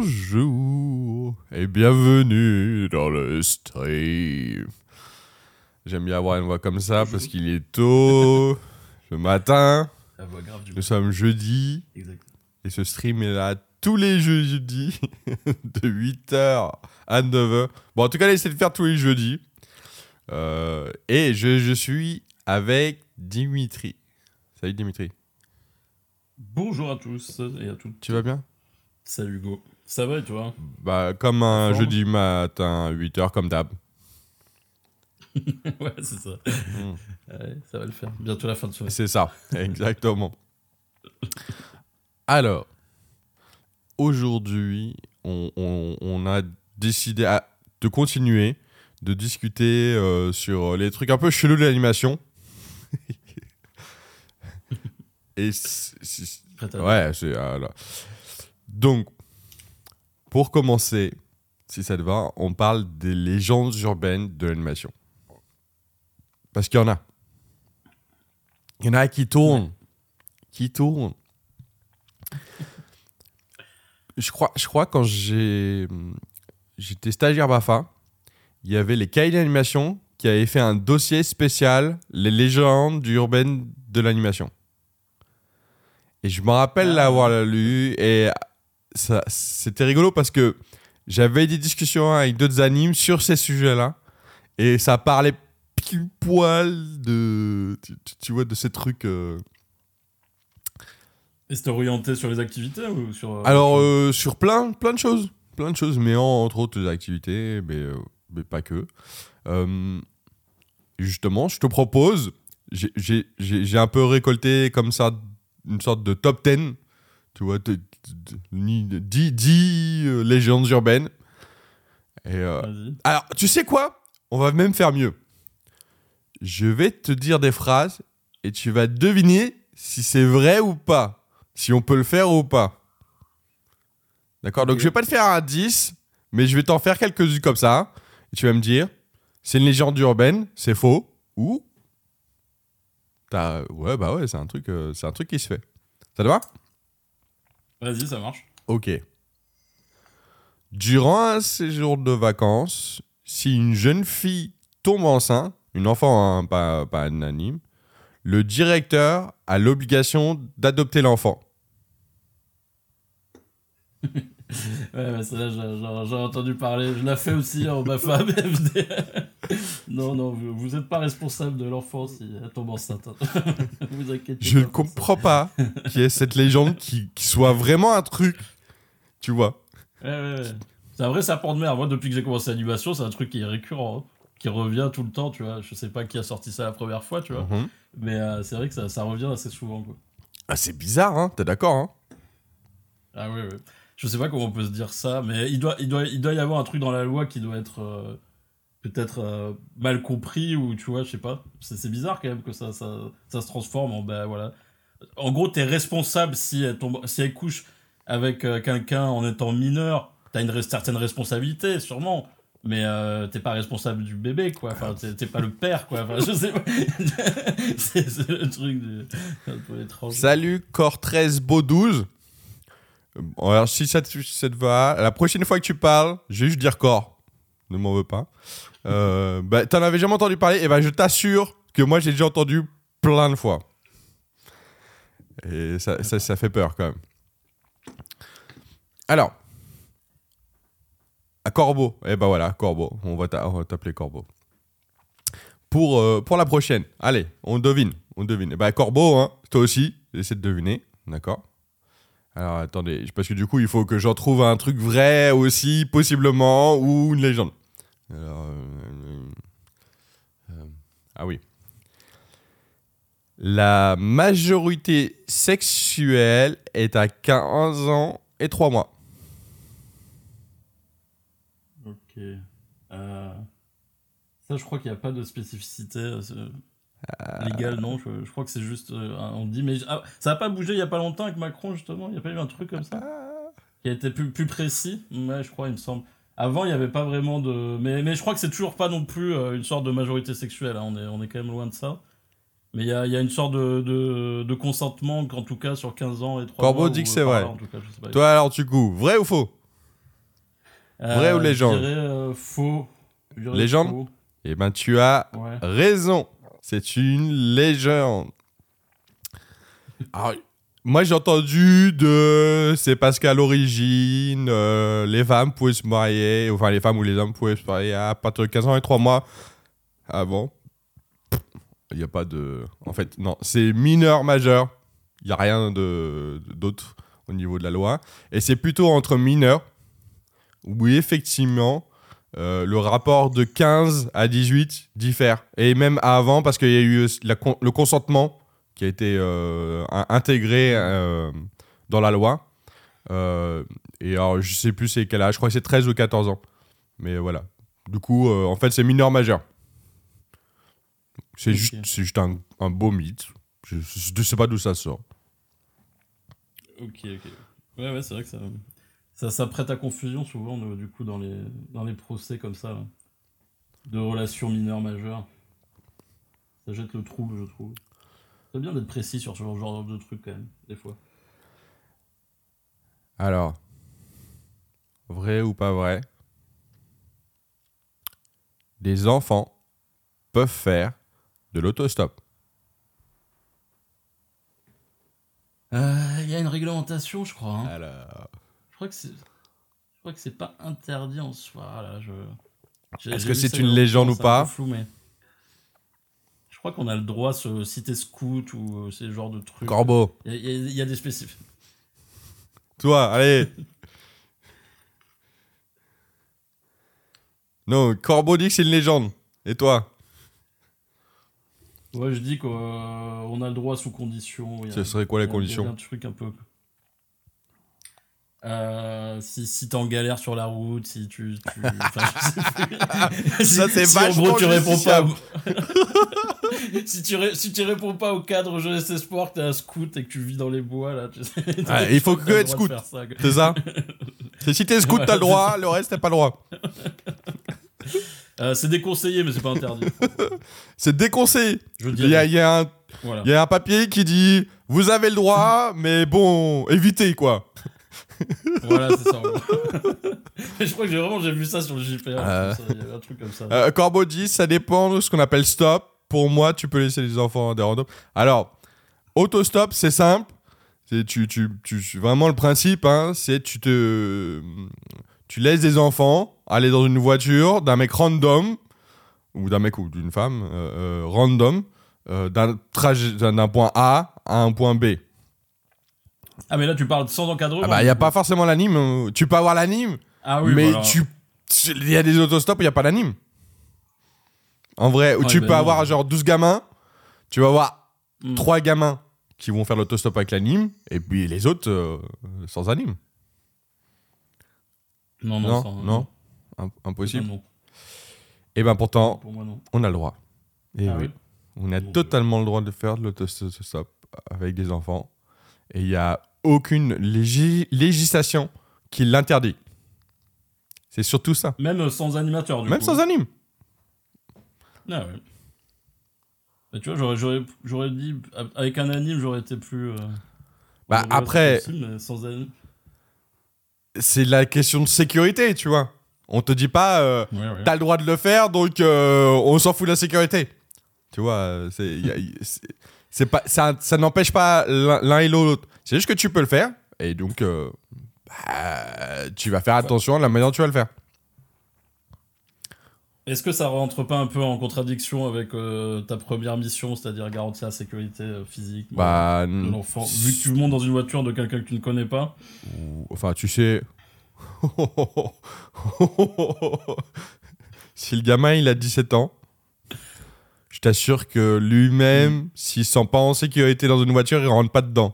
Bonjour et bienvenue dans le stream. J'aime bien avoir une voix comme ça parce qu'il est tôt, le matin. La voix grave du Nous sommes jeudi. Exact. Et ce stream est là tous les jeudis de 8h à 9h. Bon, en tout cas, là, essaie de faire tous les jeudis. Et je suis avec Dimitri. Salut Dimitri. Bonjour à tous et à toutes. Tu vas bien? Salut Hugo. Ça va et toi? Bah, comme un jeudi matin, 8h, comme d'hab. Ouais, c'est ça. Ouais, ça va le faire. Bientôt la fin de soirée. C'est ça, exactement. Alors, aujourd'hui, on a décidé de continuer de discuter sur les trucs un peu chelous de l'animation. Et ouais, c'est là. Donc, pour commencer, si ça te va, on parle des légendes urbaines de l'animation. Parce qu'il y en a. Il y en a qui tournent. Ouais. Qui tournent. Je crois quand j'étais stagiaire BAFA, il y avait les cahiers d'animation qui avaient fait un dossier spécial, les légendes urbaines de l'animation. Et je me rappelle l'avoir lu et ça, c'était rigolo parce que j'avais des discussions avec d'autres animes sur ces sujets-là et ça parlait pile poil de, tu vois, de ces trucs. Et c'était orienté sur les activités ou sur... Alors, sur plein de choses. Plein de choses, mais entre autres des activités, mais pas que. Justement, je te propose, j'ai un peu récolté comme ça une sorte de top 10, tu vois, 10 légendes urbaines. Et, alors, tu sais quoi? On va même faire mieux. Je vais te dire des phrases et tu vas deviner si c'est vrai ou pas. Si on peut le faire ou pas. D'accord? Donc, je vais pas te faire un 10, mais je vais t'en faire quelques-unes comme ça. Et tu vas me dire, c'est une légende urbaine, c'est faux, ou... Ouais, bah ouais, c'est un truc qui se fait. Ça te va? Vas-y, ça marche. Ok. Durant un séjour de vacances, si une jeune fille tombe enceinte, une enfant, hein, pas un anime, le directeur a l'obligation d'adopter l'enfant. Ouais, celle-là, j'ai entendu parler. Je l'ai fait aussi en ma femme. Non, vous n'êtes pas responsable de l'enfant si elle tombe enceinte. Vous inquiétez pas. Je ne comprends pas qu'il y ait cette légende qui soit vraiment un truc, tu vois. Ouais. C'est un vrai serpent de mer. Moi, depuis que j'ai commencé l'animation, c'est un truc qui est récurrent, hein, qui revient tout le temps, tu vois. Je sais pas qui a sorti ça la première fois, tu vois. Mais c'est vrai que ça revient assez souvent, quoi. Ah, c'est bizarre, hein. T'es d'accord, hein? Ah ouais. Je sais pas comment on peut se dire ça, mais il doit y avoir un truc dans la loi qui doit être peut-être mal compris, ou tu vois, je sais pas. C'est bizarre quand même que ça se transforme en, bah voilà. En gros, t'es responsable si elle couche avec quelqu'un en étant mineur, t'as une certaine responsabilité, sûrement. Mais t'es pas responsable du bébé, quoi. Enfin, t'es pas le père, quoi. Enfin, je sais pas. c'est le truc un peu étrange. Salut, Corps 13 Beau 12. Bon, alors, si ça te va, la prochaine fois que tu parles, je vais juste dire corps. Ne m'en veux pas. Bah, t'en avais jamais entendu parler, et bah, je t'assure que moi, j'ai déjà entendu plein de fois. Et ça fait peur, quand même. Alors, à Corbeau. Eh ben voilà, Corbeau. On va t'appeler Corbeau. Pour la prochaine, allez, on devine. Eh ben, Corbeau, hein, toi aussi, essaie de deviner, d'accord? Alors, attendez, parce que du coup, il faut que j'en trouve un truc vrai aussi, possiblement, ou une légende. Alors, ah oui. La majorité sexuelle est à 15 ans et 3 mois. Ok. Ça, je crois qu'il n'y a pas de spécificité légale, non. Je crois que c'est juste... on dit, mais ça n'a pas bougé il n'y a pas longtemps avec Macron, justement. Il n'y a pas eu un truc comme ça qui a été plus précis. Ouais, je crois, il me semble. Avant, il n'y avait pas vraiment de... Mais je crois que c'est toujours pas non plus une sorte de majorité sexuelle. Hein. On est quand même loin de ça. Mais il y a une sorte de consentement, en tout cas, sur 15 ans et 3 mois. Corbeau dit que c'est vrai. En tout cas, je sais pas. Toi, alors, du coup, vrai ou faux? Vrai ou légende? Je dirais faux. Je dirais Légende? faux. Eh ben, tu as Ouais. raison. C'est une légende. Alors, moi, j'ai entendu c'est parce qu'à l'origine, les femmes pouvaient se marier, enfin, les femmes ou les hommes pouvaient se marier à partir de 15 ans et 3 mois. Avant, il n'y a pas de. En fait, non, c'est mineur, majeur. Il n'y a rien d'autre au niveau de la loi. Et c'est plutôt entre mineurs où, effectivement, le rapport de 15 à 18 diffère. Et même avant, parce qu'il y a eu le consentement qui a été intégré dans la loi. Et alors, je sais plus c'est quel âge, je crois que c'est 13 ou 14 ans. Mais voilà. Du coup, en fait, c'est mineur majeur. C'est juste un beau mythe. Je ne sais pas d'où ça sort. Ok. Ouais, c'est vrai que ça prête à confusion souvent, du coup, dans les procès comme ça, là, de relations mineures majeures. Ça jette le trouble, je trouve. C'est bien d'être précis sur ce genre de trucs, quand même, des fois. Alors, vrai ou pas vrai? Les enfants peuvent faire de l'autostop. Il y a une réglementation, je crois. Hein. Alors... Je crois que c'est pas interdit en soi. Là, Est-ce que c'est une légende ou c'est un pas? peu flou, mais je crois qu'on a le droit, si t'es scout ou ces genres de trucs. Corbeau. Il y a des spécifiques. Toi, allez. Non, Corbeau dit que c'est une légende. Et toi? Ouais, je dis qu'on a le droit sous condition. Ce serait quoi les Il y conditions? a un truc un peu. Si t'es en galère sur la route, si tu enfin, je sais plus. Ça, c'est si en vachement gros tu réponds pas. justiciable. si tu réponds pas au cadre jeunesse espoir, que t'es un scout et que tu vis dans les bois là, tu sais, Ouais, il faut que être scout. C'est ça? C'est si t'es scout, Ouais, t'as le c'est droit, ça. le reste, t'as pas le droit. C'est déconseillé, mais c'est pas interdit. C'est déconseillé. Je Il y a Voilà. un papier qui dit vous avez le droit, mais bon, évitez quoi. Voilà, c'est ça. En gros. Je crois que j'ai vu ça sur le JPA. Il y avait un truc comme ça. Corbeau dit ça dépend de ce qu'on appelle stop. Pour moi, tu peux laisser les enfants des randoms. Alors, autostop, c'est simple. C'est vraiment le principe, hein, c'est tu laisses des enfants aller dans une voiture d'un mec random ou d'un mec ou d'une femme random d'un point A à un point B. Ah, mais là, tu parles sans encadrement. Ah bah, il n'y a pas forcément l'anime. Tu peux avoir l'anime, Ah oui, mais voilà. il y a des autostops où il n'y a pas d'anime. En vrai, où Ouais, tu bah peux non. avoir genre 12 gamins, tu vas avoir Hmm. 3 gamins qui vont faire l'autostop avec l'anime, et puis les autres sans anime. Non. Impossible. Non. Et ben pourtant, Pour moi, non. on a le droit. Et Ah oui, oui. on a Mon totalement le droit de faire de l'autostop avec des enfants. Et il n'y a aucune législation qui l'interdit. C'est surtout ça. Même sans animateur, du Même coup. sans anime. Ah ouais. Bah, tu vois, j'aurais dit, avec un anime, j'aurais été plus. Bah, ouais, après- c'est possible, mais sans anime. C'est la question de sécurité, tu vois. On te dit pas, Ouais. t'as le droit de le faire, donc on s'en fout de la sécurité. Tu vois, c'est pas, ça n'empêche pas l'un et l'autre. C'est juste que tu peux le faire, et donc tu vas faire attention à la manière dont tu vas le faire. Est-ce que ça rentre pas un peu en contradiction avec ta première mission, c'est-à-dire garantir la sécurité physique Bah, de l'enfant? Vu que tu montes dans une voiture de quelqu'un que tu ne connais pas. enfin, tu sais. Si le gamin il a 17 ans, je t'assure que lui-même, s'il se sent pas en sécurité dans une voiture, il rentre pas dedans.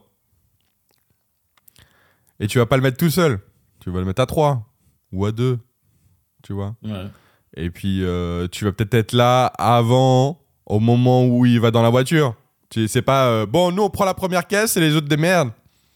Et tu vas pas le mettre tout seul. Tu vas le mettre à 3 ou à 2. Tu vois. Ouais. Et puis, tu vas peut-être être là avant, au moment où il va dans la voiture. C'est pas bon, nous on prend la première caisse et les autres des merdes.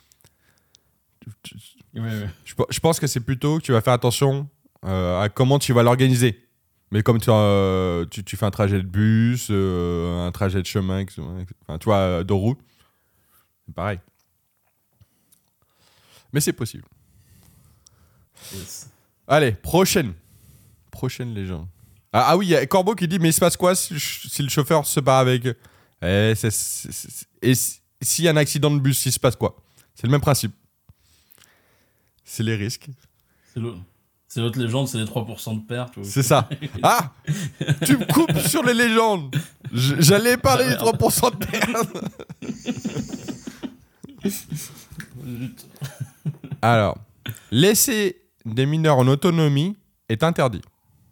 Ouais. Je pense que c'est plutôt que tu vas faire attention à comment tu vas l'organiser. Mais comme tu fais un trajet de bus, un trajet de chemin, enfin, tu vois, de route, c'est pareil. Mais c'est possible. Yes. Allez, prochaine légende. Ah oui, il y a Corbeau qui dit mais il se passe quoi si le chauffeur se bat avec eux? Et s'il y a un accident de bus, il se passe quoi? C'est le même principe. C'est les risques. C'est l'autre légende, c'est les 3% de perte. C'est ça. Ah, tu me coupes sur les légendes. J'allais parler des 3% de perte. Alors, laisser des mineurs en autonomie est interdit.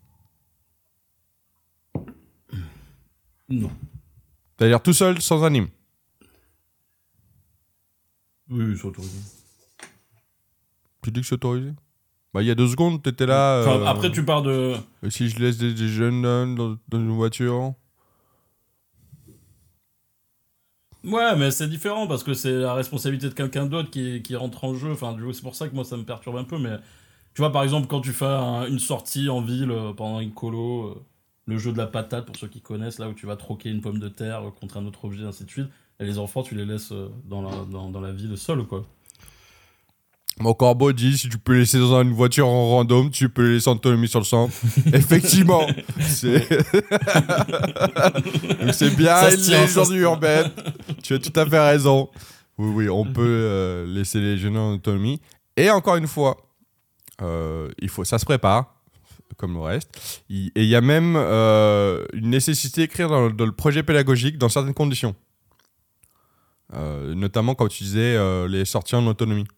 Non. C'est-à-dire tout seul, sans anime. Oui, c'est autorisé. Tu dis que c'est autorisé? Bah, il y a 2 secondes, t'étais là. Enfin, après, tu pars de. Si je laisse des jeunes dans une voiture. Ouais, mais c'est différent parce que c'est la responsabilité de quelqu'un d'autre qui rentre en jeu. Enfin, c'est pour ça que moi ça me perturbe un peu. Mais tu vois, par exemple, quand tu fais une sortie en ville pendant une colo, le jeu de la patate, pour ceux qui connaissent, là où tu vas troquer une pomme de terre contre un autre objet, ainsi de suite, et les enfants, tu les laisses dans la ville seuls, quoi. Mon Corbeau dit si tu peux laisser dans une voiture en random, tu peux laisser en autonomie sur le centre. Effectivement, c'est donc c'est bien une légende urbaine. Tu as tout à fait raison. Oui, on peut laisser les jeunes en autonomie. Et encore une fois, ça se prépare comme le reste. Et il y a même une nécessité d'écrire dans le projet pédagogique dans certaines conditions. Notamment quand tu disais les sorties en autonomie.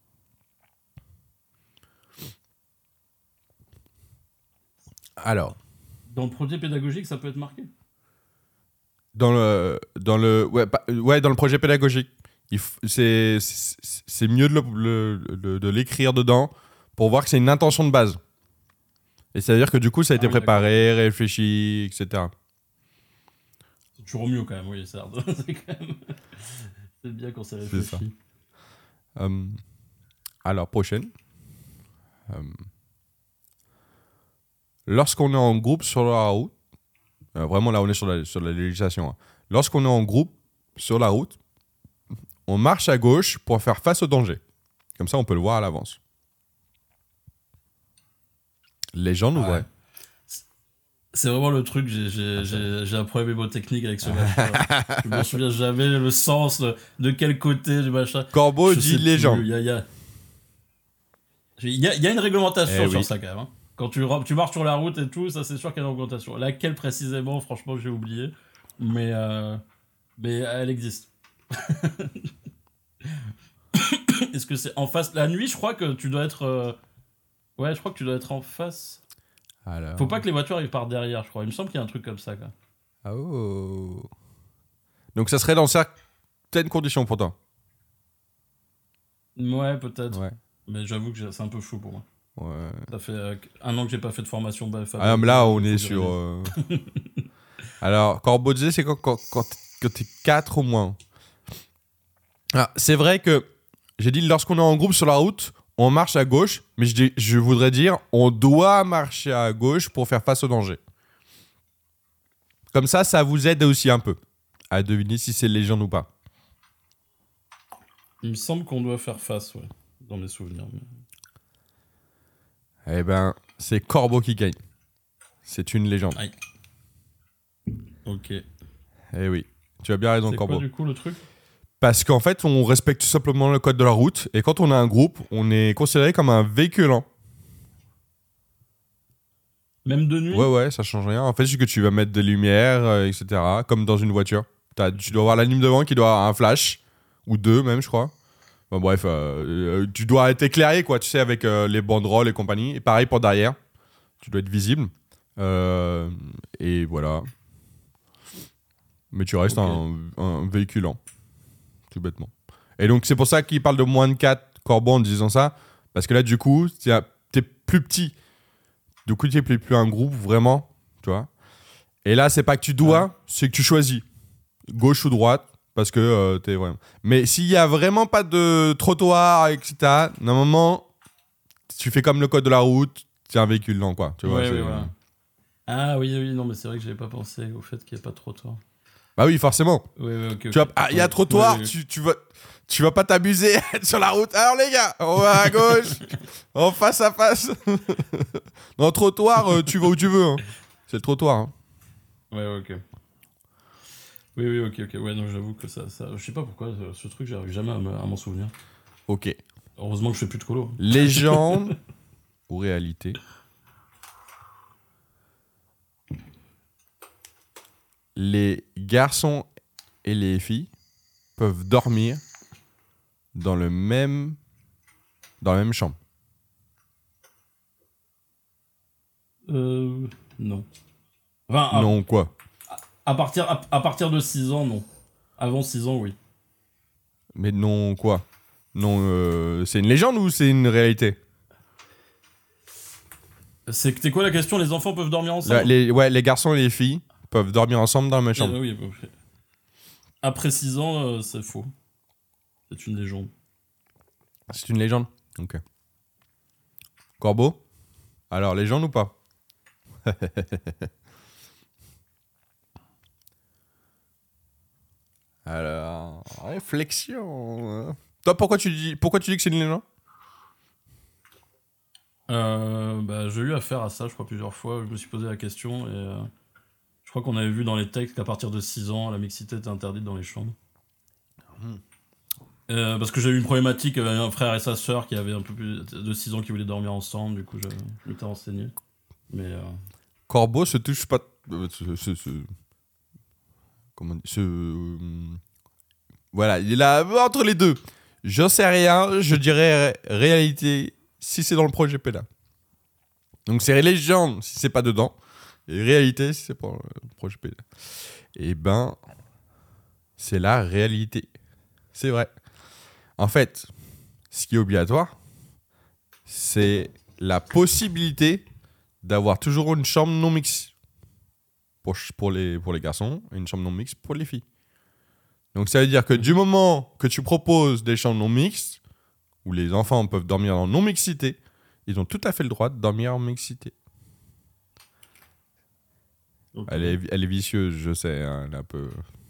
Alors. Dans le projet pédagogique, ça peut être marqué. Dans le projet pédagogique. C'est mieux de l'écrire dedans pour voir que c'est une intention de base. Et c'est-à-dire que du coup, ça a été préparé, réfléchi, etc. C'est toujours mieux quand même, oui, certes. C'est bien quand c'est réfléchi. C'est ça. Alors, prochaine. Lorsqu'on est en groupe sur la route, vraiment là on est sur la législation, hein. Lorsqu'on est en groupe sur la route, on marche à gauche pour faire face au danger. Comme ça on peut le voir à l'avance. Légende ou vrai? C'est vraiment le truc, j'ai un problème mémotechnique avec ce machin. Je me souviens jamais le sens de quel côté du machin. Corbeau dit légende. Il y a une réglementation sur ça quand même, hein. Quand tu marches sur la route et tout, ça c'est sûr qu'il y a une augmentation. Laquelle précisément, franchement, j'ai oublié. Mais elle existe. Est-ce que c'est en face? La nuit, je crois que tu dois être... Ouais, je crois que tu dois être en face. Alors... Faut pas que les voitures arrivent par derrière, je crois. Il me semble qu'il y a un truc comme ça, quoi. Oh. Donc ça serait dans certaines conditions pour toi? Ouais, peut-être. Ouais. Mais j'avoue que c'est un peu fou pour moi. Ouais. Ça fait 1 an que j'ai pas fait de formation BFA. Ah, mais là, on est sur... Alors, Corbeau disait, c'est quand t'es 4 au moins. Ah, c'est vrai que j'ai dit, lorsqu'on est en groupe sur la route, on marche à gauche, mais je voudrais dire, on doit marcher à gauche pour faire face au danger. Comme ça vous aide aussi un peu à deviner si c'est légende ou pas. Il me semble qu'on doit faire face, ouais, dans mes souvenirs. Eh ben, c'est Corbeau qui gagne. C'est une légende. Aïe. Ok. Eh oui, tu as bien raison, c'est Corbeau. C'est quoi, du coup, le truc? Parce qu'en fait, on respecte tout simplement le code de la route. Et quand on a un groupe, on est considéré comme un véhiculant. Même de nuit? Ouais, ça change rien. En fait, c'est que tu vas mettre des lumières, etc. Comme dans une voiture. Tu dois avoir la lumière devant qui doit avoir un flash. Ou 2 même, je crois. Bon, bref, tu dois être éclairé, quoi, tu sais, avec les banderoles et compagnie. Et pareil pour derrière. Tu dois être visible. Et voilà. Mais tu restes un véhiculant. Tout bêtement. Et donc, c'est pour ça qu'il parle de moins de 4 Corbeau en disant ça. Parce que là, du coup, t'es plus petit. Du coup, t'es plus un groupe, vraiment. Tu vois. Et là, c'est pas que tu dois, c'est que tu choisis. Gauche ou droite. Parce que t'es vraiment... Mais s'il y a vraiment pas de trottoir, etc., normalement, tu fais comme le code de la route, c'est un véhicule lent, quoi. Tu vois, ouais. Ah oui, non, mais c'est vrai que j'avais pas pensé au fait qu'il n'y ait pas de trottoir. Bah oui, forcément. Ouais, ok. Tu vois, il y a trottoir, tu vas... Tu vas pas t'abuser sur la route. Alors les gars, on va à gauche, en face à face. Dans le trottoir, tu vas où tu veux. Hein. C'est le trottoir. Hein. Ouais, ok. Oui, ok. Ouais, non, j'avoue que ça... Je sais pas pourquoi, ce truc, j'arrive jamais à m'en souvenir. Ok. Heureusement que je fais plus de colo. Légende ou réalité? Les garçons et les filles peuvent dormir dans la même chambre. Non. Enfin, Non, quoi? à partir de 6 ans, non. Avant 6 ans, oui. Mais non, quoi? Non, c'est une légende ou c'est une réalité? C'était quoi la question? Les enfants peuvent dormir ensemble? Les garçons et les filles peuvent dormir ensemble dans la même chambre. Oui. Après 6 ans, c'est faux. C'est une légende. C'est une légende? Ok. Corbeau? Alors, légende ou pas? Alors, réflexion. Toi, pourquoi tu dis que c'est une légende? J'ai eu affaire à ça, je crois, plusieurs fois. Je me suis posé la question et je crois qu'on avait vu dans les textes qu'à partir de 6 ans, la mixité était interdite dans les chambres. Parce que j'ai eu une problématique avec un frère et sa sœur qui avaient un peu plus de 6 ans qui voulaient dormir ensemble, du coup je m'étais renseigné. Mais Corbeau se touche pas. Comment dire, voilà, il est là entre les deux. J'en sais rien, je dirais réalité si c'est dans le projet PEDA. Donc c'est légende si c'est pas dedans, et réalité si c'est pas le projet PEDA. Et ben, c'est la réalité. C'est vrai. En fait, ce qui est obligatoire, c'est la possibilité d'avoir toujours une chambre non mixte pour les garçons et une chambre non mixte pour les filles. Donc ça veut dire que du moment que tu proposes des chambres non mixtes, où les enfants peuvent dormir en non-mixité, ils ont tout à fait le droit de dormir en mixité. Okay. Elle est vicieuse, je sais, hein, elle est un peu...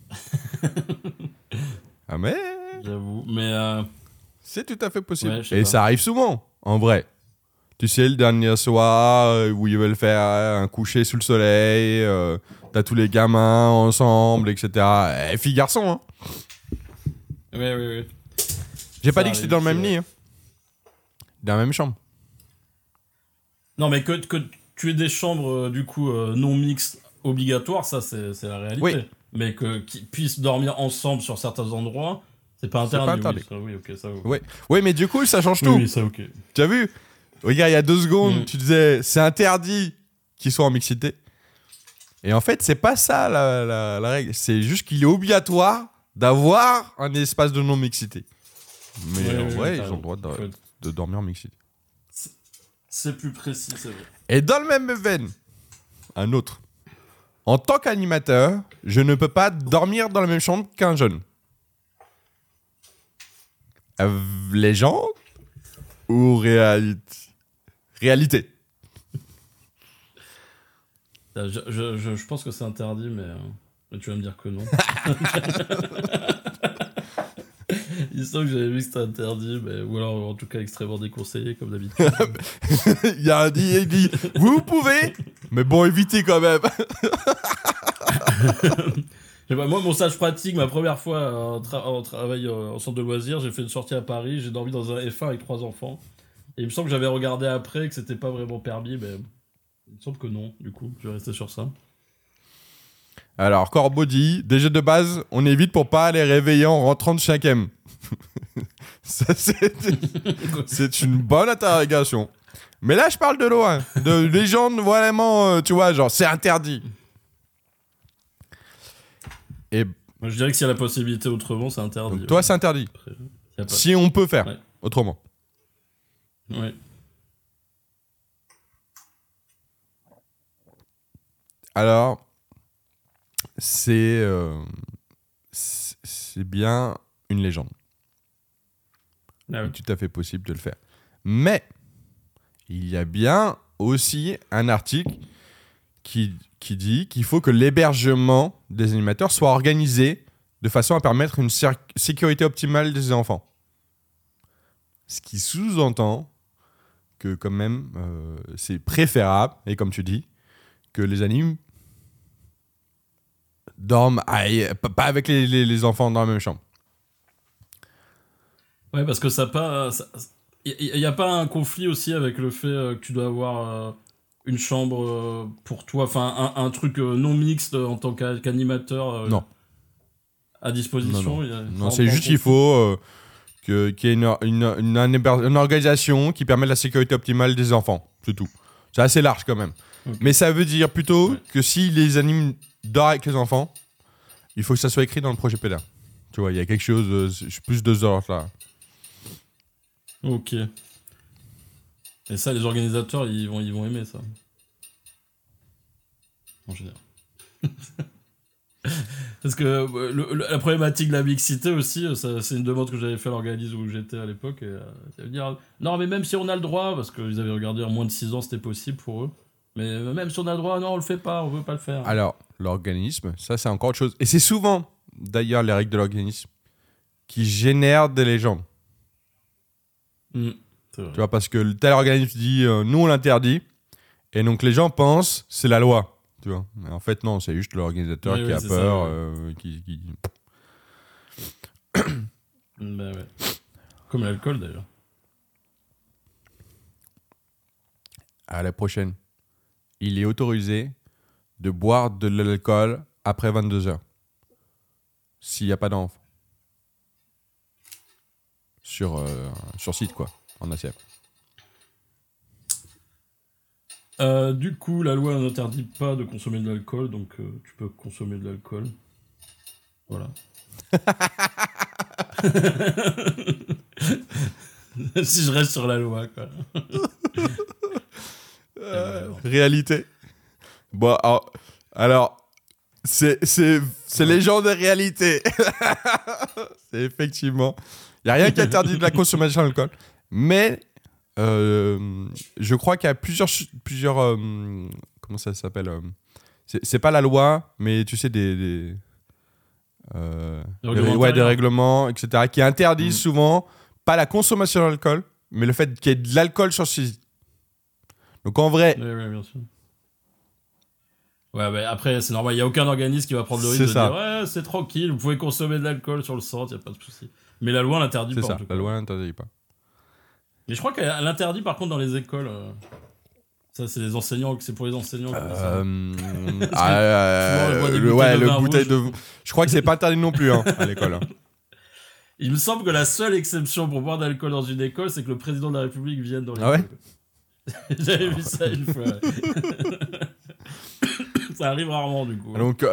Ah mais... J'avoue, mais... C'est tout à fait possible. Ouais, et ça arrive souvent, en vrai. Tu sais, le dernier soir où ils veulent faire un coucher sous le soleil, t'as tous les gamins ensemble, etc. Filles, garçons, hein. Oui. J'ai pas dit que c'était dans le même lit, hein. Dans la même chambre. Non, mais que tu aies des chambres, du coup, non mixtes obligatoires, ça, c'est la réalité. Oui. Mais qu'ils puissent dormir ensemble sur certains endroits, c'est pas interdit. C'est pas interdit. Oui, ok, ça va. Oui, mais du coup, ça change tout. Oui, ça, ok. Tu as vu? Regarde, il y a 2 secondes, tu disais c'est interdit qu'ils soient en mixité. Et en fait, c'est pas ça la règle. C'est juste qu'il est obligatoire d'avoir un espace de non-mixité. Mais en vrai, ils ont le droit de dormir en mixité. C'est plus précis, c'est vrai. Et dans le même veine, un autre. En tant qu'animateur, je ne peux pas dormir dans la même chambre qu'un jeune. Légende ou réalité? Je pense que c'est interdit, mais tu vas me dire que non. Il semble que j'avais vu que c'était interdit, mais, ou alors en tout cas extrêmement déconseillé, comme d'habitude. Il y a un dit, vous pouvez, mais bon, évitez quand même. Moi, mon stage pratique, ma première fois en travail en centre de loisirs, j'ai fait une sortie à Paris, j'ai dormi dans un F1 avec 3 enfants. Et il me semble que j'avais regardé après que c'était pas vraiment permis, mais il me semble que non, du coup, je vais rester sur ça. Alors, Corbeau dit, déjà de base, on évite pour pas les réveiller en rentrant de 5e. Ça, c'est une bonne interrogation. Mais là, je parle de loin, de légende vraiment, tu vois, genre, c'est interdit. Et moi, je dirais que s'il y a la possibilité autrement, c'est interdit. Donc, toi, c'est interdit. Après, si on peut faire autrement. Ouais. Alors, c'est bien une légende. Ah oui. C'est tout à fait possible de le faire. Mais il y a bien aussi un article qui dit qu'il faut que l'hébergement des animateurs soit organisé de façon à permettre une sécurité optimale des enfants. Ce qui sous-entend que quand même, c'est préférable, et comme tu dis, que les animes dorment pas avec les enfants dans la même chambre. Ouais, parce que ça pas. Il n'y a pas un conflit aussi avec le fait que tu dois avoir une chambre pour toi, enfin un truc non mixte en tant qu'animateur Non. à disposition. Non, c'est juste qu'il faut qu'il y ait une organisation qui permet la sécurité optimale des enfants. C'est tout. C'est assez large quand même. Okay. Mais ça veut dire plutôt que si les animes dorment avec les enfants, il faut que ça soit écrit dans le projet PEDA. Tu vois, il y a quelque chose plus de ce ordre là. Ok. Et ça, les organisateurs, ils vont aimer ça. En général. Parce que la problématique de la mixité aussi, c'est une demande que j'avais fait à l'organisme où j'étais à l'époque. Et ça veut dire, non, mais même si on a le droit, parce qu'ils avaient regardé en moins de 6 ans, c'était possible pour eux. Mais même si on a le droit, non, on le fait pas, on veut pas le faire. Alors, l'organisme, ça c'est encore autre chose. Et c'est souvent, d'ailleurs, les règles de l'organisme qui génèrent des légendes. Tu vois, parce que tel organisme dit nous on l'interdit, et donc les gens pensent c'est la loi. Tu vois. Mais en fait, non, c'est juste l'organisateur qui a peur. Bah ouais. Comme l'alcool d'ailleurs. À la prochaine. Il est autorisé de boire de l'alcool après 22h. S'il n'y a pas d'enfant. Sur site, quoi. En ACF. Du coup, la loi n'interdit pas de consommer de l'alcool, donc tu peux consommer de l'alcool. Voilà. Si je reste sur la loi, quoi. Réalité. Bon, alors c'est les gens de réalité. C'est effectivement. Il n'y a rien qui interdit de la consommation d'alcool. Mais je crois qu'il y a plusieurs comment ça s'appelle c'est pas la loi, mais tu sais des règlements, etc. qui interdisent souvent pas la consommation d'alcool, mais le fait qu'il y ait de l'alcool sur ce site. Donc en vrai... Oui, bien sûr. Ouais, mais après, c'est normal, il n'y a aucun organisme qui va prendre le risque de dire « Ouais, c'est tranquille, vous pouvez consommer de l'alcool sur le centre, il n'y a pas de souci. » Mais la loi l'interdit pas. C'est ça, la loi l'interdit pas. Mais je crois qu'elle l'interdit par contre dans les écoles. Ça, c'est les enseignants, c'est pour les enseignants. Le bouteille de... Je crois que c'est pas interdit non plus à l'école. Il me semble que la seule exception pour boire de l'alcool dans une école, c'est que le président de la République vienne dans l'école. Ah ouais. J'avais vu ça une fois. Ça arrive rarement du coup. Donc,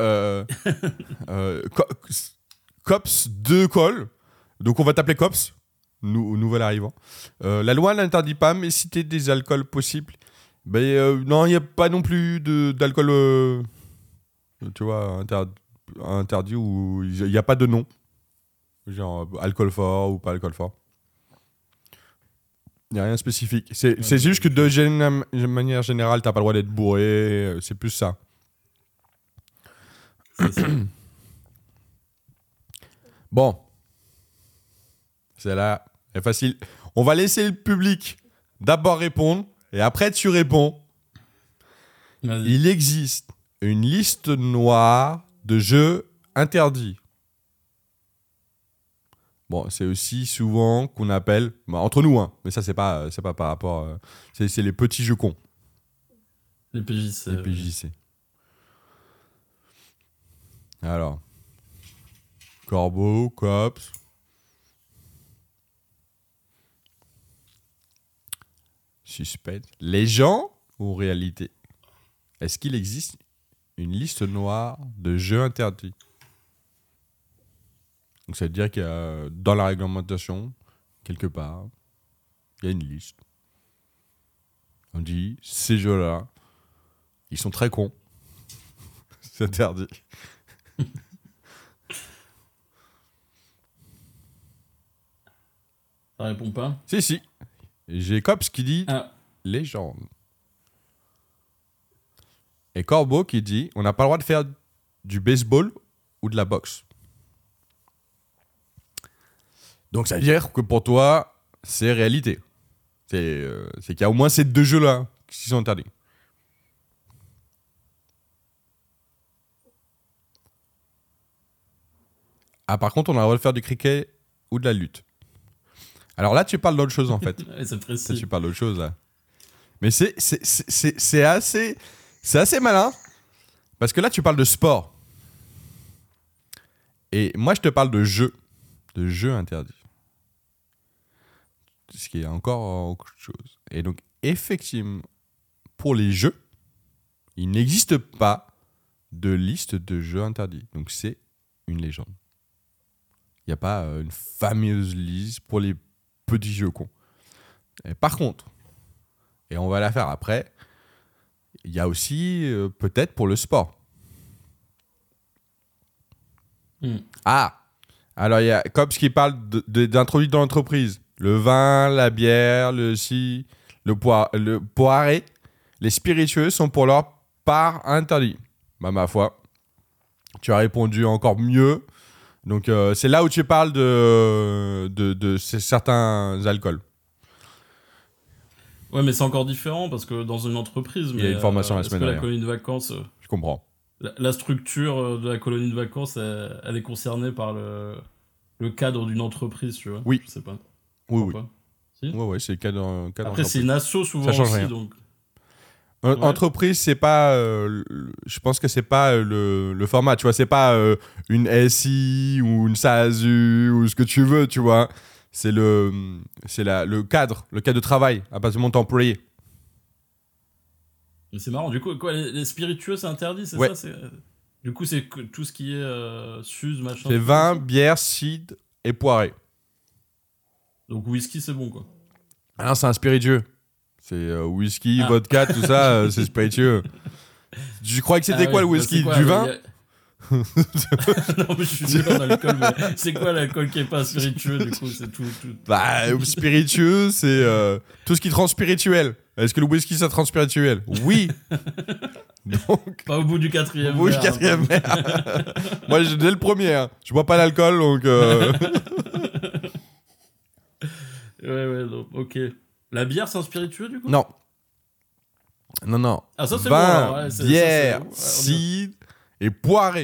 COPS 2 cols. Donc on va t'appeler COPS, nouvel arrivant. La loi n'interdit pas, mais citer des alcools possibles. Non, il n'y a pas non plus d'alcool tu vois, interdit où il n'y a pas de nom. Genre alcool fort ou pas alcool fort. Il n'y a rien de spécifique. C'est juste que de manière générale, tu n'as pas le droit d'être bourré. C'est plus ça. Bon. Celle-là est facile. On va laisser le public d'abord répondre et après tu réponds. Vas-y. Il existe une liste noire de jeux interdits. Bon, c'est aussi souvent qu'on appelle, entre nous, mais ça c'est pas par rapport, c'est les petits jeux cons. Les PJC. Les PJC. Alors, Corbeau, Cops. Suspect. Légende ou réalité? Est-ce qu'il existe une liste noire de jeux interdits? Donc ça veut dire qu'il y a, dans la réglementation, quelque part, il y a une liste. On dit, ces jeux-là, ils sont très cons. C'est interdit. Ça répond pas? Si. J'ai Cops qui dit légende. Et Corbeau qui dit on n'a pas le droit de faire du baseball ou de la boxe. Donc ça veut dire que pour toi, c'est réalité. C'est qu'il y a au moins ces 2 jeux-là qui sont interdits. Ah, par contre, on a le droit de faire du cricket ou de la lutte. Alors là, tu parles d'autre chose, en fait. Ouais, c'est Là, précis. tu parles d'autre chose, là. Mais c'est assez malin. Parce que là, tu parles de sport. Et moi, je te parle de jeux. De jeux interdits. Ce qui est encore autre chose. Et donc, effectivement, pour les jeux, il n'existe pas de liste de jeux interdits. Donc, c'est une légende. Il n'y a pas une fameuse liste pour les petits jeux cons. Et par contre, et on va la faire après, il y a aussi peut-être pour le sport. Ah, alors il y a Cops qui parle d'introduire dans l'entreprise le vin, la bière, le poiré. Les spiritueux sont pour leur part interdits. Bah, ma foi, tu as répondu encore mieux. Donc c'est là où tu parles de certains alcools. Ouais, mais c'est encore différent parce que dans une entreprise, Il y a une formation la est-ce semaine que la dernière. colonie de vacances, Je comprends. la structure de la colonie de vacances, elle est concernée par le cadre d'une entreprise, tu vois? Oui. Je sais pas. Oui, oui. Pourquoi? Si. Ouais, c'est le cas Après, c'est une asso souvent Ça change aussi, rien. donc. Ouais. Ouais. Entreprise, c'est pas. Je pense que c'est pas le format, tu vois. C'est pas une SI ou une SASU ou ce que tu veux, tu vois. C'est le cadre de travail à partir du moment où t'es employé. Mais c'est marrant, du coup, quoi, les spiritueux, c'est interdit, c'est Ouais. ça? Du coup, c'est tout ce qui est suze, machin. C'est tout vin, ça. bière, cidre et poiré. Donc whisky, c'est bon, quoi. Ah non, c'est un spiritueux. C'est whisky, Ah. vodka, tout ça, c'est spiritueux. Tu crois que c'était quoi le whisky? c'est quoi, Du vin? Non, mais je suis nul en alcool, mais c'est quoi l'alcool qui est pas spiritueux, du coup? C'est tout. Bah, spiritueux, c'est tout ce qui te rend spirituel. Est-ce que le whisky, ça te rend spirituel? Oui. Donc, Pas au bout du quatrième au bout du verre, quatrième hein, verre. Moi, dès le premier, hein. Je bois pas l'alcool, donc... Ouais, donc, ok. La bière, c'est un spiritueux, du coup? Non. Non. Ah, ça, c'est Vin, bon, alors, ouais, bière, ouais, cidre et poiré.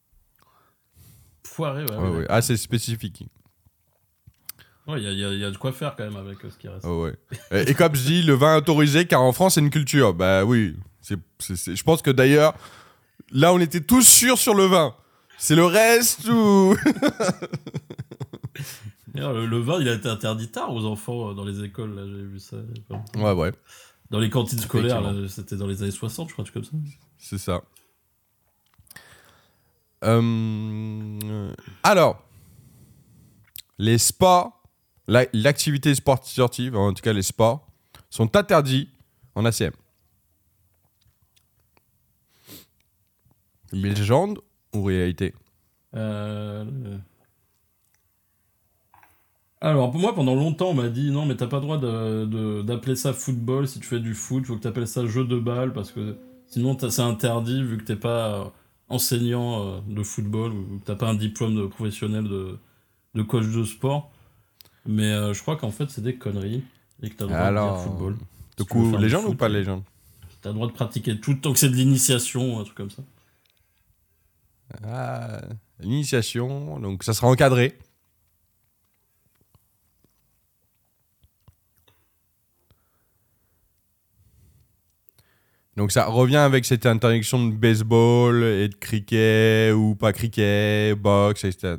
Foiré, ouais. Ouais. Ah, c'est spécifique. Ouais, il y a de quoi faire quand même avec ce qui reste. Ouais. Et comme je dis, le vin autorisé, car en France, c'est une culture. Bah oui. Je pense que d'ailleurs, là, on était tous sûrs sur le vin. C'est le reste ou... D'ailleurs, le vin, il a été interdit tard aux enfants dans les écoles, là, j'ai vu ça. Ouais. Dans les cantines scolaires, Effectivement. là, c'était dans les années 60, je crois, comme ça. C'est ça. Alors, les sports, l'activité sportive, en tout cas les sports, sont interdits en ACM. Légende ou réalité? Alors, pour moi, pendant longtemps, on m'a dit non, mais t'as pas le droit d'appeler ça football si tu fais du foot, faut que t'appelles ça jeu de balle parce que sinon c'est interdit vu que t'es pas enseignant de football ou que t'as pas un diplôme de professionnel de coach de sport. Mais je crois qu'en fait, c'est des conneries et que t'as le droit de dire football. Du Si tu veux coup, faire du légende ou foot, pas légende? T'as le droit de pratiquer tout tant que c'est de l'initiation, un truc comme ça. Ah, l'initiation, donc ça sera encadré. Donc ça revient avec cette interdiction de baseball et de cricket ou pas cricket, boxe, etc.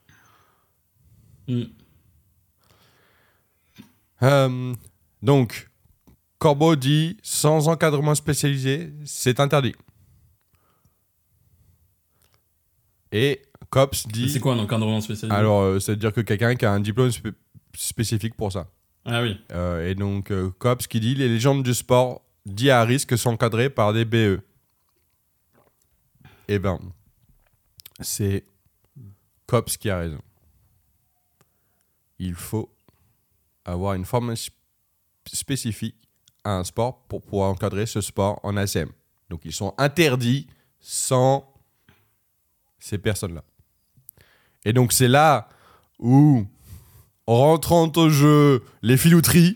Donc, Corbeau dit, sans encadrement spécialisé, c'est interdit. Et Cops dit... C'est quoi un encadrement spécialisé? Alors, c'est-à-dire que quelqu'un qui a un diplôme spécifique pour ça. Ah oui. Et donc, Cops qui dit, les légendes du sport dit à risque sont encadrées par des BE. Eh ben, c'est Cops qui a raison. Il faut avoir une formation spécifique à un sport pour pouvoir encadrer ce sport en ACM. Donc, ils sont interdits sans ces personnes-là. Et donc, c'est là où rentrant au jeu les filouteries.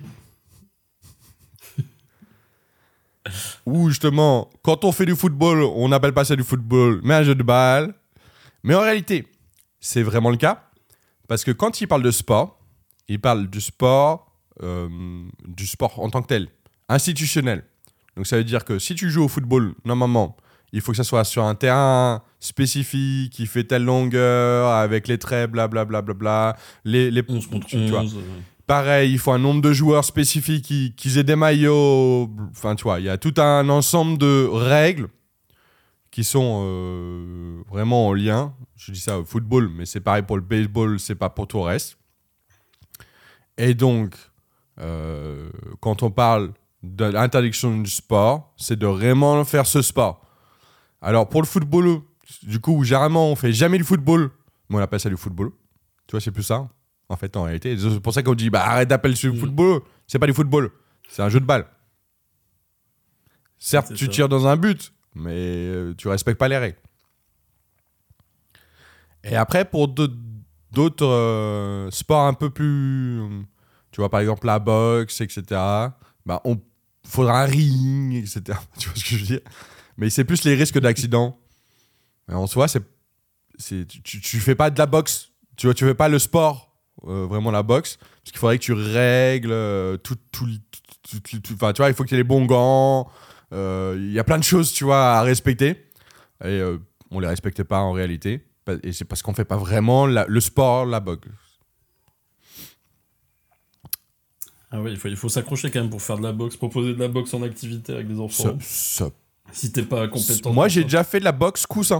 Ou justement, quand on fait du football, on n'appelle pas ça du football, mais un jeu de balle. Mais en réalité, c'est vraiment le cas. Parce que quand il parle de sport, il parle du sport en tant que tel, institutionnel. Donc ça veut dire que si tu joues au football, normalement, il faut que ça soit sur un terrain spécifique, qui fait telle longueur, avec les traits, blablabla. Les 11 contre tu vois. 11. Pareil, il faut un nombre de joueurs spécifiques qui aient des maillots. Enfin, tu vois, il y a tout un ensemble de règles qui sont vraiment en lien. Je dis ça au football, mais c'est pareil pour le baseball, c'est pas pour tout le reste. Et donc, quand on parle de l'interdiction du sport, c'est de vraiment faire ce sport. Alors, pour le football, du coup, généralement, on fait jamais du football, mais on appelle ça du football. Tu vois, c'est plus ça, en fait, en réalité. C'est pour ça qu'on dit, arrête d'appeler ça du football. C'est pas du football, c'est un jeu de balle. Certes, tu tires dans un but, mais tu respectes pas les règles. Et après, pour d'autres sports un peu plus... tu vois, par exemple, la boxe, etc. On faudra un ring, etc. Tu vois ce que je veux dire? Mais c'est plus les risques d'accident. Mais en soi, tu fais pas de la boxe. Tu vois, tu fais pas le sport, vraiment la boxe. Parce qu'il faudrait que tu règles tout. Enfin, tu vois, il faut que tu aies les bons gants. Il y a plein de choses, tu vois, à respecter. Et on les respecte pas en réalité. Et c'est parce qu'on fait pas vraiment le sport, la boxe. Ah oui, il faut s'accrocher quand même pour faire de la boxe, proposer de la boxe en activité avec des enfants. Si t'es pas compétent. Moi, j'ai déjà fait de la boxe coussin.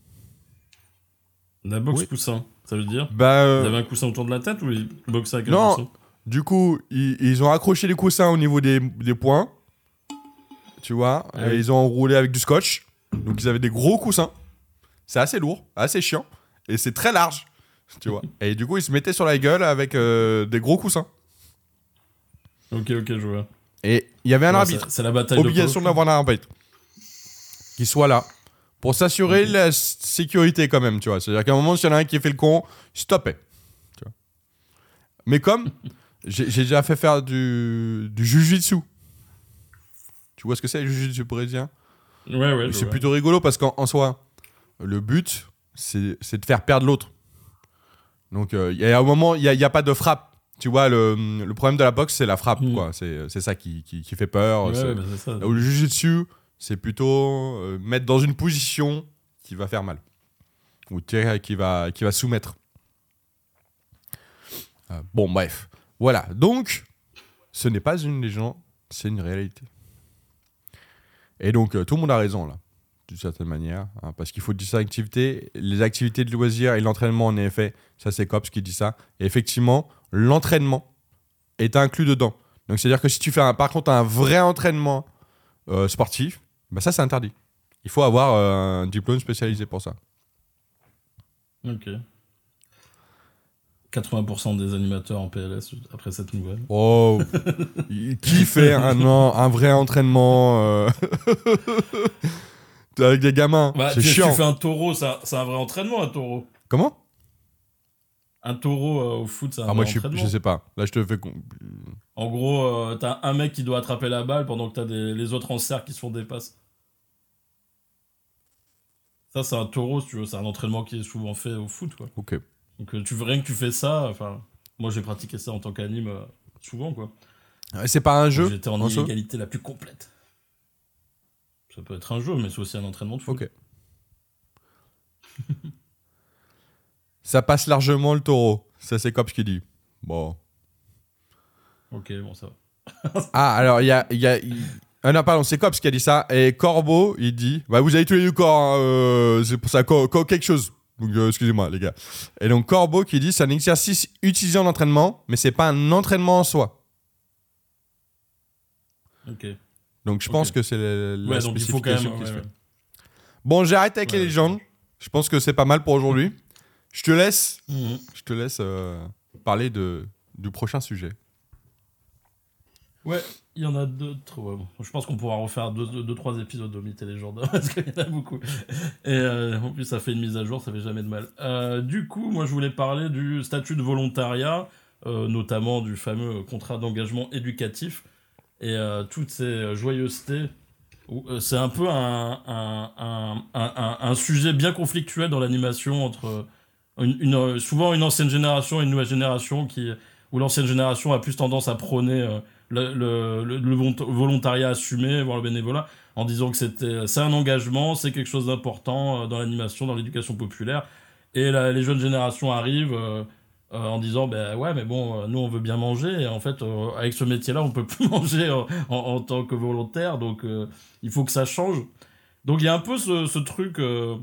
La boxe coussin, ça veut dire Ils Bah, avaient un coussin autour de la tête ou ils boxaient avec un non, coussin? du coup, ils ont accroché les coussins au niveau des poings. Tu vois, Ah et oui. ils ont enroulé avec du scotch. Donc, ils avaient des gros coussins. C'est assez lourd, assez chiant. Et c'est très large. Tu vois. Et du coup, ils se mettaient sur la gueule avec des gros coussins. Ok, je vois. Et il y avait un Ouais, arbitre. c'est la bataille Obligation de d'avoir un arbitre qui soit là pour s'assurer la sécurité quand même, tu vois. C'est-à-dire qu'à un moment, s'il y en a un qui fait le con, stoppait. Tu vois. Mais comme j'ai déjà fait faire du jujitsu. Tu vois ce que c'est le jujitsu brésilien? Ouais, C'est plutôt rigolo parce qu'en soi, le but, c'est de faire perdre l'autre. Donc, il y a un moment, il n'y a pas de frappe. Tu vois, le problème de la boxe, c'est la frappe, quoi. C'est ça qui fait peur. Ouais, mais c'est ça. Là où le jujitsu, c'est plutôt mettre dans une position qui va faire mal. Ou qui va soumettre. Bon, bref. Voilà. Donc, ce n'est pas une légende, c'est une réalité. Et donc, tout le monde a raison, là, d'une certaine manière. Hein, parce qu'il faut distinguer les activités de loisirs et l'entraînement, en effet. Ça, c'est Cops qui dit ça. Et effectivement, l'entraînement est inclus dedans. Donc, c'est-à-dire que si tu fais, par contre, un vrai entraînement sportif, ça, c'est interdit. Il faut avoir un diplôme spécialisé pour ça. Ok. 80% des animateurs en PLS après cette nouvelle. Oh, qui fait un vrai entraînement avec des gamins? C'est chiant. Tu fais un taureau, c'est un vrai entraînement, un taureau. Comment? Un taureau au foot, c'est un vrai Moi, entraînement. je sais pas. Là, je te fais... En gros, t'as un mec qui doit attraper la balle pendant que t'as les autres en cercle qui se font des passes. Ça, c'est un taureau, si tu veux. C'est un entraînement qui est souvent fait au foot, quoi. Ok. Donc, rien que tu fais ça, enfin... Moi, j'ai pratiqué ça en tant qu'anime souvent, quoi. C'est pas un jeu? J'étais en illégalité la plus complète. Ça peut être un jeu, mais c'est aussi un entraînement de foot. Ok. Ça passe largement le taureau. Ça, c'est Cops qui dit. Bon. Ok, bon, ça va. Alors, il y a... non, pardon, c'est Cops qui a dit ça. Et Corbeau, il dit... vous avez tous les deux corps. C'est pour ça, quelque chose. Donc, excusez-moi, les gars. Et donc, Corbeau qui dit c'est un exercice utilisé en entraînement, mais c'est pas un entraînement en soi. Ok. Donc, je pense que c'est la donc il faut quand spécification même, qui se fait. Bon, j'arrête avec les légendes. Je pense que c'est pas mal pour aujourd'hui. Je te laisse, parler du prochain sujet. Ouais, il y en a d'autres. Ouais. Je pense qu'on pourra refaire 2-3 épisodes de Mythes et Légendes, parce qu'il y en a beaucoup. Et en plus, ça fait une mise à jour, ça fait jamais de mal. Du coup, moi, je voulais parler du statut de volontariat notamment du fameux contrat d'engagement éducatif et toutes ces joyeusetés. C'est un peu un sujet bien conflictuel dans l'animation entre souvent une ancienne génération et une nouvelle génération où l'ancienne génération a plus tendance à prôner le volontariat assumé, voire le bénévolat, en disant que c'est un engagement, c'est quelque chose d'important dans l'animation, dans l'éducation populaire. Et les jeunes générations arrivent en disant ben ouais mais bon nous on veut bien manger et en fait avec ce métier-là on peut plus manger en tant que volontaire donc il faut que ça change. Donc il y a un peu ce truc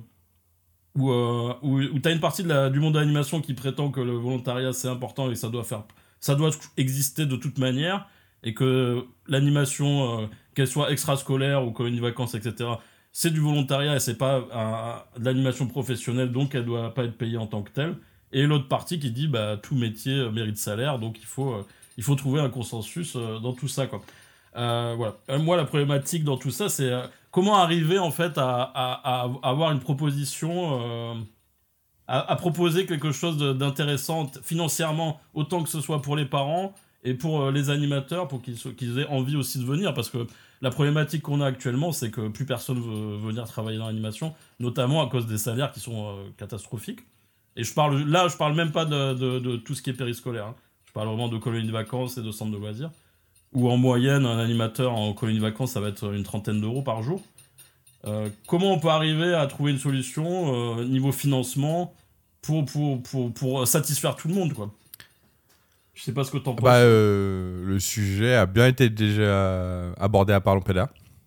où t'as une partie du monde de l'animation qui prétend que le volontariat c'est important et que ça doit exister de toute manière et que l'animation qu'elle soit extrascolaire ou colonie de vacances etc c'est du volontariat et c'est pas de l'animation professionnelle donc elle doit pas être payée en tant que telle. Et l'autre partie qui dit bah tout métier mérite salaire donc il faut trouver un consensus dans tout ça quoi. Voilà. Moi la problématique dans tout ça c'est comment arriver en fait à avoir une proposition à proposer quelque chose d'intéressant financièrement autant que ce soit pour les parents et pour les animateurs pour qu'ils aient envie aussi de venir parce que la problématique qu'on a actuellement c'est que plus personne veut venir travailler dans l'animation notamment à cause des salaires qui sont catastrophiques. Et je parle même pas de tout ce qui est périscolaire. Hein. Je parle vraiment de colonies de vacances et de centres de loisirs. Où en moyenne, un animateur en colonie de vacances, ça va être une trentaine d'euros par jour. Comment on peut arriver à trouver une solution niveau financement pour satisfaire tout le monde quoi. Je sais pas ce que t'en penses. Le sujet a bien été déjà abordé à Parlons-Pédas.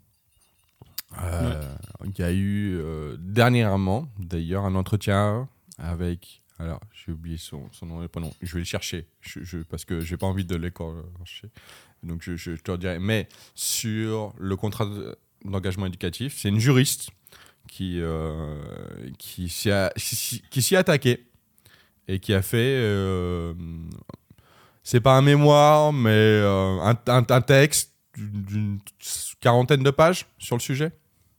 Il y a eu dernièrement, d'ailleurs, un entretien avec... Alors, j'ai oublié son nom et prénom. Je vais le chercher parce que j'ai pas envie de l'écorcher. Donc, je te le dirai. Mais sur le contrat d'engagement éducatif, c'est une juriste qui s'y est attaquée et qui a fait... c'est pas un mémoire, mais un texte d'une quarantaine de pages sur le sujet.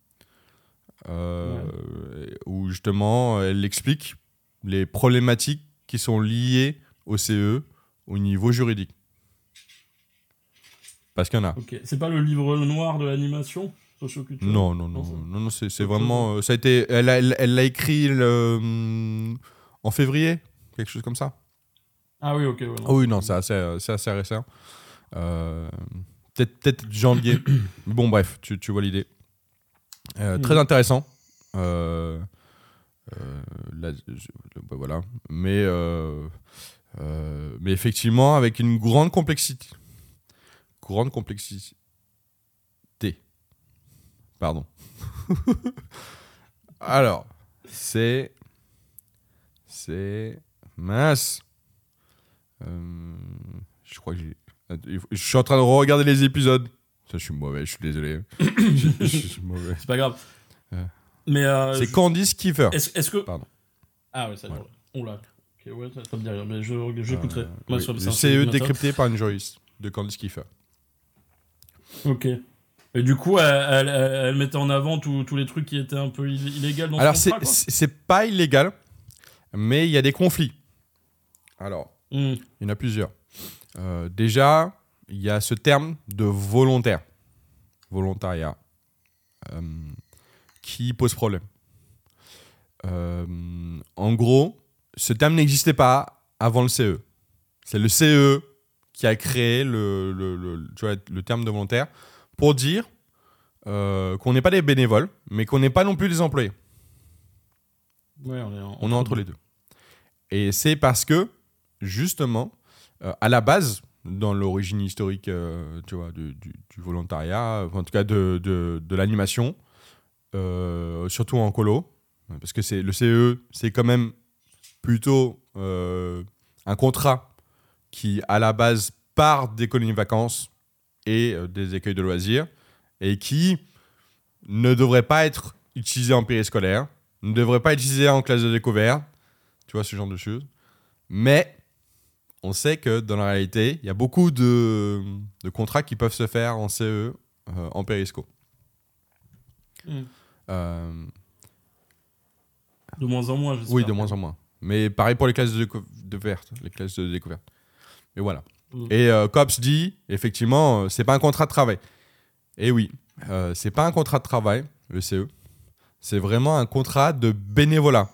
Où justement, elle explique les problématiques qui sont liées au CE au niveau juridique. Parce qu'il y en a. Okay. C'est pas le livre noir de l'animation socioculturelle ? Non, c'est vraiment... ça a été, elle l'a écrit en février, quelque chose comme ça. Ah oui, ok. Ouais, oui, non, c'est assez récent. Peut-être janvier. Mais bon, bref, tu vois l'idée. Très intéressant. Voilà. Mais effectivement, avec une grande complexité. Pardon. Alors, c'est mince. Je crois que je suis en train de regarder les épisodes. Ça, je suis mauvais, je suis désolé. je suis mauvais. C'est pas grave. Mais c'est Candice Kiefer. Est-ce que... Pardon. Ah ouais, ça ouais. On l'a. Ok, ouais, ça me dit rien, mais j'écouterai. Oui. Le CE décrypté par une juriste de Candice Kiefer. Ok. Et du coup, elle mettait en avant tous les trucs qui étaient un peu illégaux dans ce contrat, quoi. C'est pas illégal, mais il y a des conflits. Alors, il y en a plusieurs. Déjà, il y a ce terme de volontariat, qui pose problème. En gros, ce terme n'existait pas avant le CE. C'est le CE qui a créé le terme de volontaire pour dire qu'on n'est pas des bénévoles, mais qu'on n'est pas non plus des employés. Ouais, on est entre les deux. Et c'est parce que, justement, à la base, dans l'origine historique tu vois, du volontariat, en tout cas de l'animation, surtout en colo, parce que le CE, c'est quand même plutôt un contrat qui, à la base, part des colonies de vacances et des écueils de loisirs, et qui ne devrait pas être utilisé en périscolaire, ne devrait pas être utilisé en classe de découverte, tu vois, ce genre de choses. Mais on sait que dans la réalité, il y a beaucoup de contrats qui peuvent se faire en CE, en périsco. De moins en moins, j'espère. Oui, de moins en moins. Mais pareil pour les classes de découverte. Et voilà. Et Cops dit, effectivement, c'est pas un contrat de travail. Et oui, c'est pas un contrat de travail, le CE. C'est vraiment un contrat de bénévolat.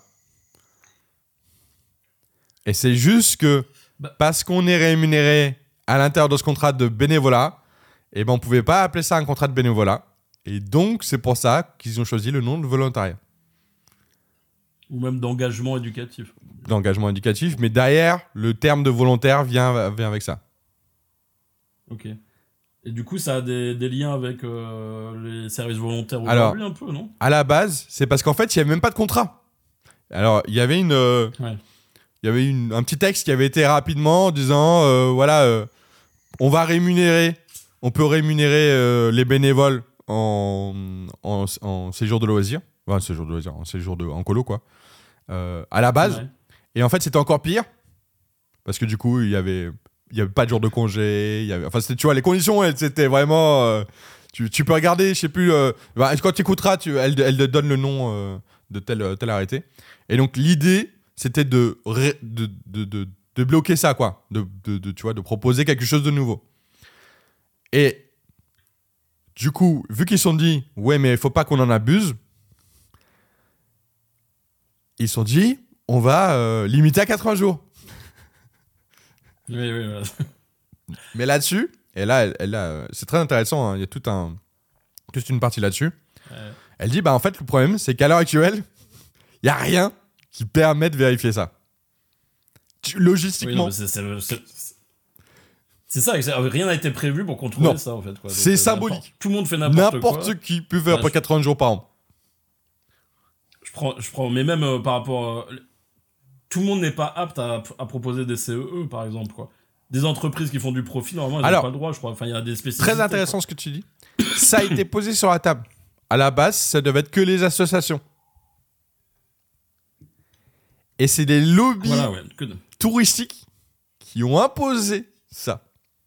Et c'est juste que parce qu'on est rémunéré à l'intérieur de ce contrat de bénévolat, eh ben on pouvait pas appeler ça un contrat de bénévolat. Et donc, c'est pour ça qu'ils ont choisi le nom de volontariat. Ou même d'engagement éducatif. D'engagement éducatif, mais derrière, le terme de volontaire vient avec ça. Ok. Et du coup, ça a des liens avec les services volontaires aujourd'hui un peu, non ? À la base, c'est parce qu'en fait, il n'y avait même pas de contrat. Alors, il y avait un petit texte qui avait été rapidement en disant, on peut rémunérer les bénévoles en séjour de loisirs. Enfin, en séjour en colo, quoi. À la base. Ouais. Et en fait, c'était encore pire. Parce que du coup, il y avait pas de jour de congé. Tu vois, les conditions, c'était vraiment... tu peux regarder, je sais plus... quand tu écouteras, elle te donne le nom de tel arrêté. Et donc, l'idée, c'était de bloquer ça, quoi. Tu vois, de proposer quelque chose de nouveau. Et du coup, vu qu'ils se sont dit, ouais, mais il faut pas qu'on en abuse, ils se sont dit, on va limiter à 80 jours. Oui, ouais. Mais là-dessus, et là, c'est très intéressant, hein, il y a toute une partie là-dessus. Elle dit, en fait, le problème, c'est qu'à l'heure actuelle, il n'y a rien qui permet de vérifier ça. Logistiquement. Oui, non, c'est ça, rien n'a été prévu pour contrôler ça, en fait. Quoi. Donc, c'est symbolique. Tout le monde fait n'importe quoi. N'importe qui peut faire après 80 jours par an. Je prends, mais même par rapport... tout le monde n'est pas apte à proposer des CEE, par exemple, quoi. Des entreprises qui font du profit, normalement, elles n'ont pas le droit, je crois. Enfin, il y a des spécificités. Très intéressant ce que tu dis. Ça a été posé sur la table. À la base, ça devait être que les associations. Et c'est des lobbies touristiques qui ont imposé ça.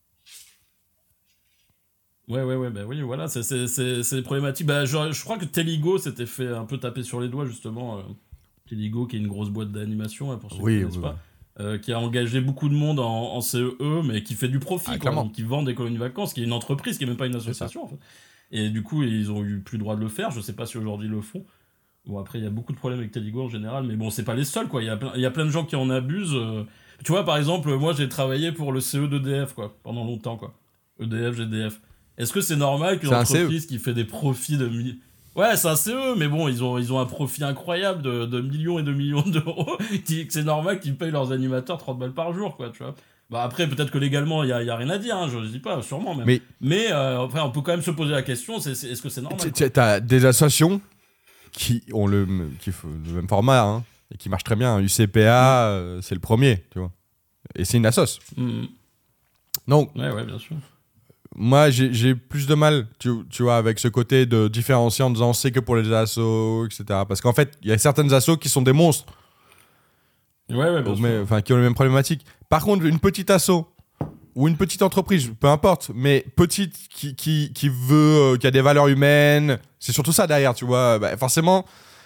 Ouais, oui, voilà, c'est problématique. Je crois que Teligo s'était fait un peu taper sur les doigts, justement. Teligo, qui est une grosse boîte d'animation, pour ceux qui ne connaissent pas. Qui a engagé beaucoup de monde en CEE, mais qui fait du profit, quoi, donc qui vend des colonies de vacances, qui est une entreprise, qui n'est même pas une association, en fait. Et du coup, ils ont eu plus le droit de le faire. Je sais pas si aujourd'hui ils le font. Bon, après, il y a beaucoup de problèmes avec Teligo en général, mais bon, c'est pas les seuls, quoi. Il y a plein de gens qui en abusent. Tu vois, par exemple, moi, j'ai travaillé pour le CE d'EDF, quoi, pendant longtemps, quoi. EDF, GDF. Est-ce que c'est normal qu'une entreprise qui fait des profits de... Ouais, c'est un CE, mais bon, ils ont un profit incroyable de millions et de millions d'euros, que c'est normal qu'ils payent leurs animateurs 30 balles par jour, quoi, tu vois. Après, peut-être que légalement, il y a rien à dire, je dis pas, sûrement même. Mais après, on peut quand même se poser la question, est-ce que c'est normal ? T'as des associations qui ont le même format, et qui marchent très bien. UCPA, c'est le premier, tu vois. Et c'est une assoce. Donc, ouais, bien sûr. Moi, j'ai plus de mal, tu vois, avec ce côté de différencier en disant c'est que pour les assos, etc. Parce qu'en fait, il y a certaines assos qui sont des monstres. Ouais, bien sûr. Enfin, qui ont les mêmes problématiques. Par contre, une petite asso ou une petite entreprise, peu importe, mais petite qui veut, qui a des valeurs humaines, c'est surtout ça derrière, tu vois. Forcément,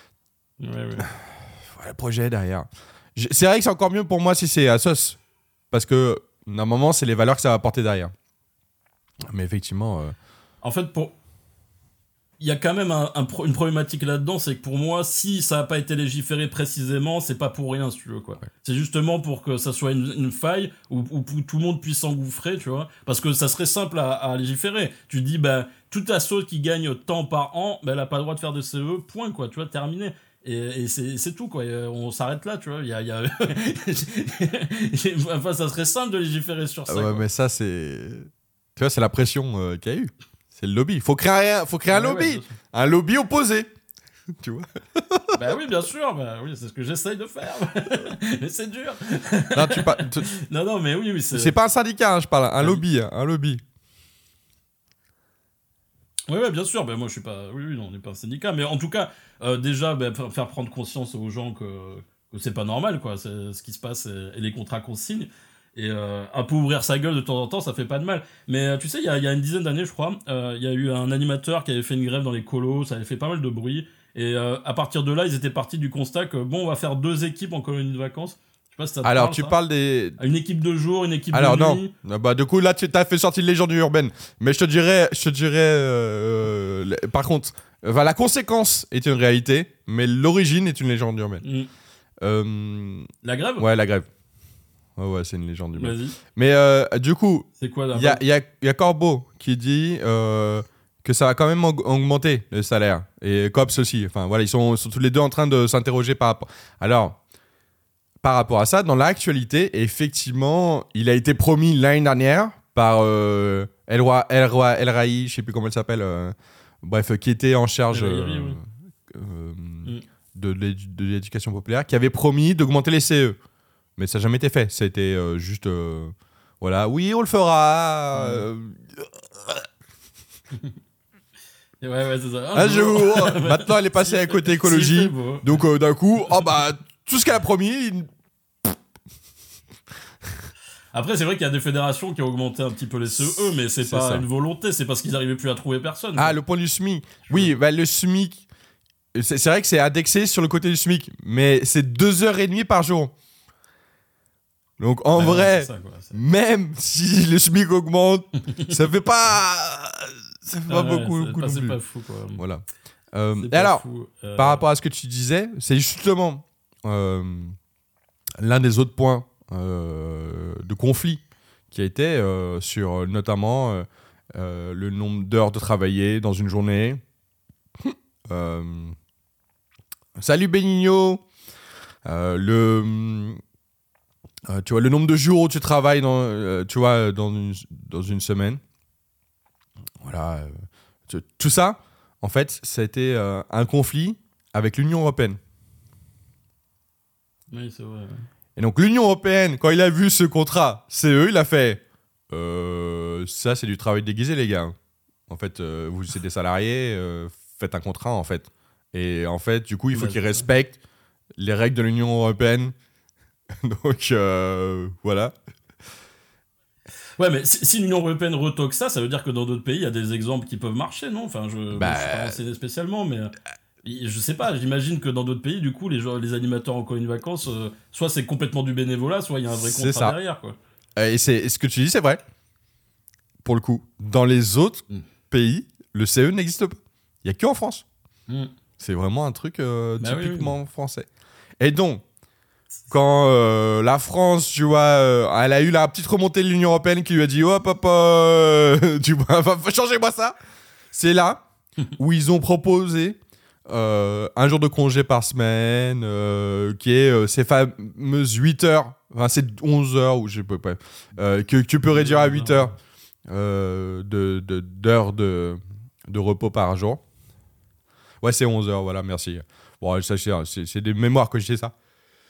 le projet derrière. C'est vrai que c'est encore mieux pour moi si c'est assos, parce que normalement, c'est les valeurs que ça va apporter derrière. Mais effectivement... En fait, il y a quand même une problématique là-dedans, c'est que pour moi, si ça n'a pas été légiféré précisément, c'est pas pour rien, si tu veux, quoi. Ouais. C'est justement pour que ça soit une faille où tout le monde puisse s'engouffrer, tu vois. Parce que ça serait simple à légiférer. Tu dis, toute asso qui gagne tant par an, elle n'a pas le droit de faire de CE, point, quoi, tu vois, terminé. Et c'est tout, quoi. On s'arrête là, tu vois. Enfin, ça serait simple de légiférer sur ça. Ouais, quoi. Mais ça, c'est... Tu vois, c'est la pression qu'il y a eu. C'est le lobby. Il faut créer un lobby. Un lobby opposé. Tu vois. Oui, bien sûr. Oui, c'est ce que j'essaye de faire. Mais c'est dur. Non, mais oui. C'est pas un syndicat, je parle. Un lobby. Un lobby. Oui, bien sûr. Moi, je suis pas... Oui, non, on n'est pas un syndicat. Mais en tout cas, déjà, faire prendre conscience aux gens que c'est pas normal, quoi. C'est ce qui se passe et les contrats qu'on signe. Et un peu ouvrir sa gueule de temps en temps, ça fait pas de mal. Mais tu sais, il y a une dizaine d'années, je crois, il y a eu un animateur qui avait fait une grève dans les colos, ça avait fait pas mal de bruit. Et à partir de là, ils étaient partis du constat que, on va faire 2 équipes en colonie de vacances. Je sais pas si ça te Alors, parle, tu ça. parles des... Une équipe de jour, une équipe Alors, de non. nuit. Bah, du coup, là, tu as fait sortir de légende urbaine. Mais je te dirais... par contre, la conséquence est une réalité, mais l'origine est une légende urbaine. La grève ? Ouais, la grève. Ouais, c'est une légende urbaine. Vas-y. Mais du coup, C'est quoi là il y a Corbeau qui dit que ça va quand même augmenter le salaire. Et Cops aussi. Enfin, voilà, ils sont tous les deux en train de s'interroger par rapport... Alors, par rapport à ça, dans l'actualité, effectivement, il a été promis l'année dernière par El Raï, je sais plus comment elle s'appelle, bref, qui était en charge de l'éducation populaire, qui avait promis d'augmenter les CE. Mais ça n'a jamais été fait. Ça a été juste... voilà, oui, on le fera. Ouais, c'est ça. Un jour. Maintenant, elle est passée à côté écologie. Donc, d'un coup, tout ce qu'elle a promis... Après, c'est vrai qu'il y a des fédérations qui ont augmenté un petit peu les CE, mais c'est pas une volonté, c'est parce qu'ils n'arrivaient plus à trouver personne. Ah, le point du SMIC. Oui, le SMIC, c'est vrai que c'est indexé sur le côté du SMIC, mais c'est 2h30 par jour. Donc, en vrai, même si le SMIC augmente, ça fait pas... Ça fait pas beaucoup non plus. C'est pas fou, quoi. Voilà. Et alors, par rapport à ce que tu disais, c'est justement l'un des autres points de conflit qui a été sur notamment le nombre d'heures de travailler dans une journée. Salut Benigno. Tu vois, le nombre de jours où tu travailles dans une semaine. Voilà. Tout ça, en fait, ça a été un conflit avec l'Union européenne. Oui, c'est vrai. Et donc, l'Union européenne, quand il a vu ce contrat CE, il a fait ça, c'est du travail déguisé, les gars. En fait, vous, c'est des salariés, faites un contrat, en fait. Et en fait, du coup, il faut qu'ils respectent les règles de l'Union européenne. Donc, voilà. Ouais, mais si l'Union européenne retoque ça, ça veut dire que dans d'autres pays, il y a des exemples qui peuvent marcher, non ? Enfin, je ne suis pas renseigné spécialement, mais je sais pas, j'imagine que dans d'autres pays, du coup, les animateurs en colonies de vacances, soit c'est complètement du bénévolat, soit il y a un vrai contrat derrière, quoi. Et ce que tu dis, c'est vrai. Pour le coup, dans les autres pays, le CE n'existe pas. Il n'y a qu'en France. C'est vraiment un truc typiquement français. Et donc, quand la France, tu vois, elle a eu la petite remontée de l'Union européenne qui lui a dit « Oh, papa, tu vois, changez-moi ça !» C'est là où ils ont proposé un jour de congé par semaine, qui est ces fameuses 8 heures, enfin c'est 11 heures, ou je sais pas, que tu peux réduire à 8 heures d'heures de repos par jour. Ouais, c'est 11 heures, voilà, merci. Bon, ça, c'est des mémoires que je sais ça.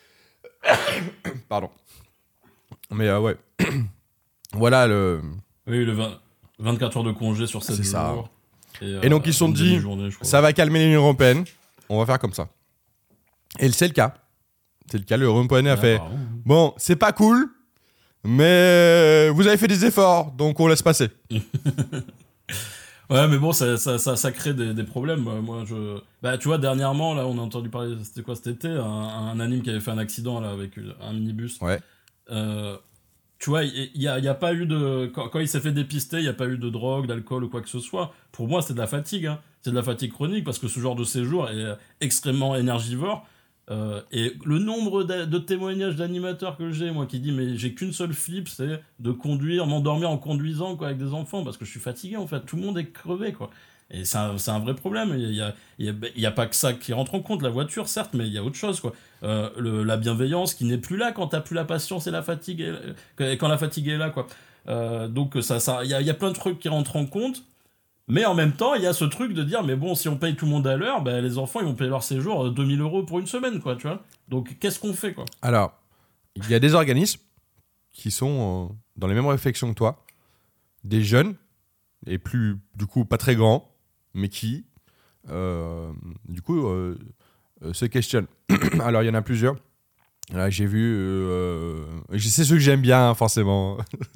Pardon. Mais ouais. Voilà le... Oui, 24 heures de congé sur 7 jours. C'est ça. Et donc ils se sont dit, ça va calmer l'Union européenne, on va faire comme ça. Et c'est le cas. C'est le cas, l'Union européenne a fait, bon, c'est pas cool, mais vous avez fait des efforts, donc on laisse passer. Ouais, mais bon, ça crée des problèmes. Moi, tu vois, dernièrement, là, on a entendu parler, c'était quoi cet été, un anime qui avait fait un accident là, avec un minibus. Ouais. Tu vois, il y a pas eu de... Quand il s'est fait dépister, il n'y a pas eu de drogue, d'alcool ou quoi que ce soit. Pour moi, c'est de la fatigue. Hein. C'est de la fatigue chronique parce que ce genre de séjour est extrêmement énergivore. Et le nombre de témoignages d'animateurs que j'ai, moi, qui dit mais j'ai qu'une seule flip, c'est de conduire, m'endormir en conduisant quoi, avec des enfants parce que je suis fatigué en fait. Tout le monde est crevé quoi. Et c'est un vrai problème. Il y a pas que ça qui rentre en compte, la voiture certes, mais il y a autre chose quoi. La bienveillance qui n'est plus là quand t'as plus la patience et la fatigue, quand la fatigue est là quoi. Donc il y a plein de trucs qui rentrent en compte. Mais en même temps, il y a ce truc de dire, mais bon, si on paye tout le monde à l'heure, bah, les enfants, ils vont payer leur séjour 2000 € pour une semaine, quoi, tu vois. Donc, qu'est-ce qu'on fait, quoi ? Alors, il y a des organismes qui sont dans les mêmes réflexions que toi, des jeunes, et plus, du coup, pas très grands, mais qui, du coup, se questionnent. Alors, il y en a plusieurs. Là, j'ai vu... c'est ceux que j'aime bien, hein, forcément.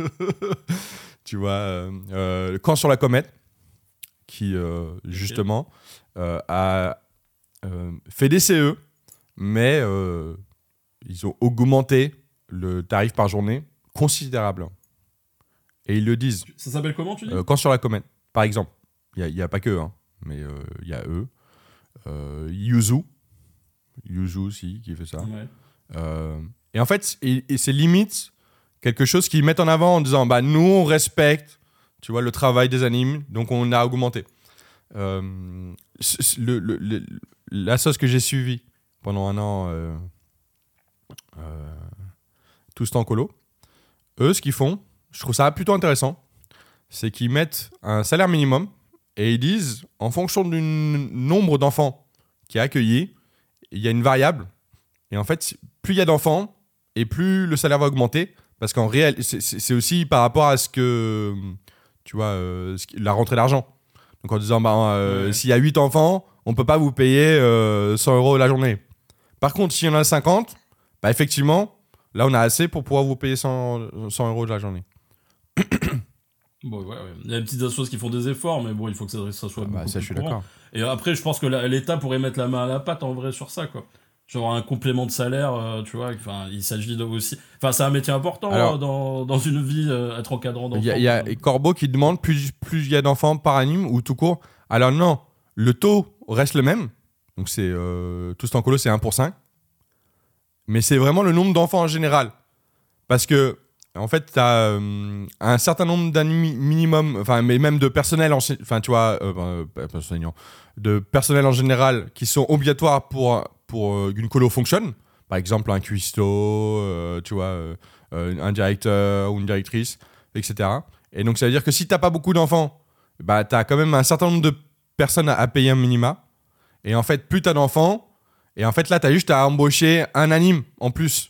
Tu vois, Camp sur la comète, qui justement a fait des CE, mais ils ont augmenté le tarif par journée considérable. Et ils le disent. Ça s'appelle comment, tu dis Quand sur la commande, par exemple, il n'y a pas que, hein, mais il y a eux. Yuzu aussi qui fait ça. Ouais. Et en fait, et c'est limite quelque chose qu'ils mettent en avant en disant bah, nous, on respecte tu vois, le travail des animes, donc on a augmenté. La sauce que j'ai suivie pendant un an, tout ce temps colo, eux, ce qu'ils font, je trouve ça plutôt intéressant, c'est qu'ils mettent un salaire minimum et ils disent, en fonction du nombre d'enfants qui est accueilli, il y a une variable. Et en fait, plus il y a d'enfants, et plus le salaire va augmenter, parce qu'en réel, c'est aussi par rapport à ce que, tu vois, la rentrée d'argent. Donc en disant, s'il y a 8 enfants, on ne peut pas vous payer 100 euros la journée. Par contre, s'il y en a 50, bah effectivement, là on a assez pour pouvoir vous payer 100 euros de la journée. Bon, ouais. Il y a des petites associations qui font des efforts, mais bon, il faut que ça soit beaucoup Ça, plus je suis courant. d'accord. Et après, je pense que l'État pourrait mettre la main à la pâte en vrai sur ça, quoi. Genre un complément de salaire, tu vois. Enfin, il s'agit aussi. Enfin, c'est un métier important. Alors, dans une vie, être encadrant d'enfants. Il y a Corbeau qui demande plus il y a d'enfants par anime ou tout court. Alors non, le taux reste le même. Donc c'est tout ce en colo, c'est 1 pour 5. Mais c'est vraiment le nombre d'enfants en général. Parce que, en fait, tu as un certain nombre d'animes minimum, enfin, mais même de personnel, enfin, tu vois, de personnel en général qui sont obligatoires pour qu'une colo fonctionne. Par exemple, un cuistot, tu vois, un directeur ou une directrice, etc. Et donc, ça veut dire que si tu n'as pas beaucoup d'enfants, bah, tu as quand même un certain nombre de personnes à payer un minima. Et en fait, plus tu as d'enfants, et en fait, là, tu as juste à embaucher un anime en plus.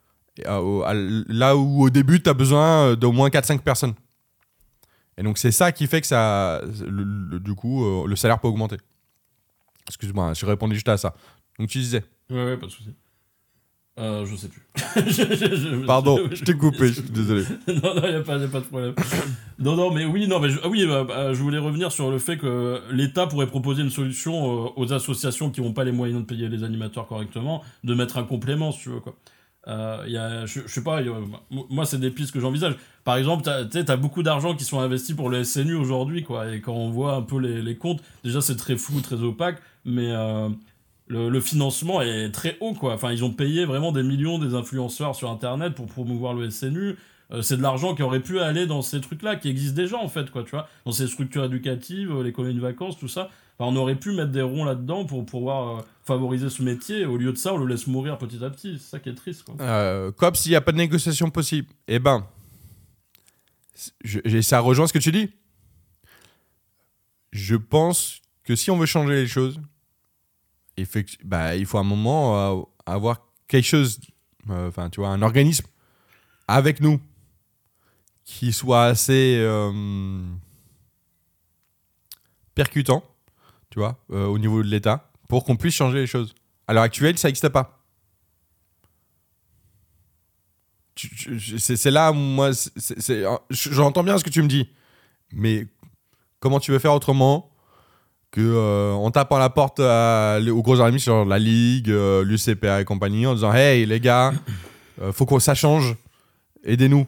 Là où au début, tu as besoin d'au moins 4-5 personnes. Et donc, c'est ça qui fait que ça, du coup, le salaire peut augmenter. Excuse-moi, je répondais juste à ça. Donc, tu disais. Ouais, pas de souci. Je sais plus. Pardon, je t'ai coupé, je suis désolé. Non, il n'y a pas de problème. non, mais oui, je voulais revenir sur le fait que l'État pourrait proposer une solution aux associations qui n'ont pas les moyens de payer les animateurs correctement, de mettre un complément, si tu veux, quoi. Je sais pas, moi, c'est des pistes que j'envisage. Par exemple, t'as beaucoup d'argent qui sont investis pour le SNU aujourd'hui, quoi. Et quand on voit un peu les comptes, déjà, c'est très flou, très opaque, mais le financement est très haut, quoi. Enfin, ils ont payé vraiment des millions des influenceurs sur Internet pour promouvoir le SNU. C'est de l'argent qui aurait pu aller dans ces trucs-là, qui existent déjà, en fait, quoi, tu vois. Dans ces structures éducatives, les colonies de vacances, tout ça. Enfin, on aurait pu mettre des ronds là-dedans pour pouvoir favoriser ce métier. Au lieu de ça, on le laisse mourir petit à petit. C'est ça qui est triste, quoi. Comme s'il n'y a pas de négociation possible. Eh ben, ça rejoint ce que tu dis. Je pense que si on veut changer les choses, il faut à un moment avoir quelque chose, enfin, tu vois, un organisme avec nous qui soit assez percutant, tu vois, au niveau de l'État, pour qu'on puisse changer les choses. À l'heure actuelle, ça n'existe pas. C'est là, moi, j'entends bien ce que tu me dis, mais comment tu veux faire autrement que en tapant la porte aux gros organismes sur la Ligue, l'UCPA et compagnie, en disant hey les gars, faut que ça change, aidez-nous.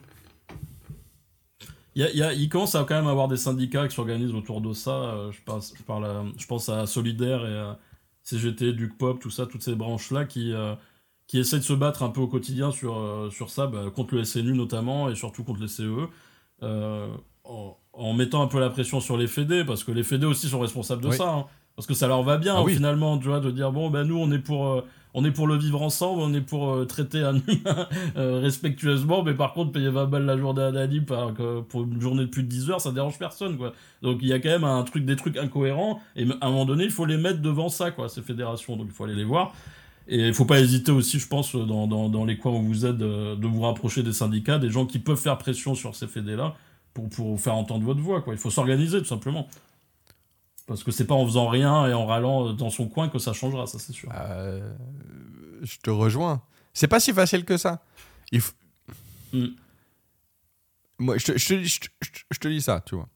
Il commence à quand même avoir des syndicats qui s'organisent autour de ça. Je pense à Solidaire et à CGT, Duc Pop, tout ça, toutes ces branches-là qui essaient de se battre un peu au quotidien sur ça, contre le SNU notamment et surtout contre les CE. En mettant un peu la pression sur les fédés, parce que les fédés aussi sont responsables de ça, hein, parce que ça leur va bien, finalement, tu vois, de dire, bon, nous, on est pour le vivre ensemble, on est pour traiter un humain respectueusement, mais par contre, payer 20 balles la journée à un anime pour une journée de plus de 10 heures, ça dérange personne, quoi. Donc, il y a quand même des trucs incohérents, et à un moment donné, il faut les mettre devant ça, quoi, ces fédérations, donc il faut aller les voir. Et il faut pas hésiter aussi, je pense, dans les coins où vous êtes, de vous rapprocher des syndicats, des gens qui peuvent faire pression sur ces fédés-là, pour faire entendre votre voix, quoi. Il faut s'organiser, tout simplement. Parce que c'est pas en faisant rien et en râlant dans son coin que ça changera, ça c'est sûr. Je te rejoins. C'est pas si facile que ça. Moi, je te dis ça, tu vois.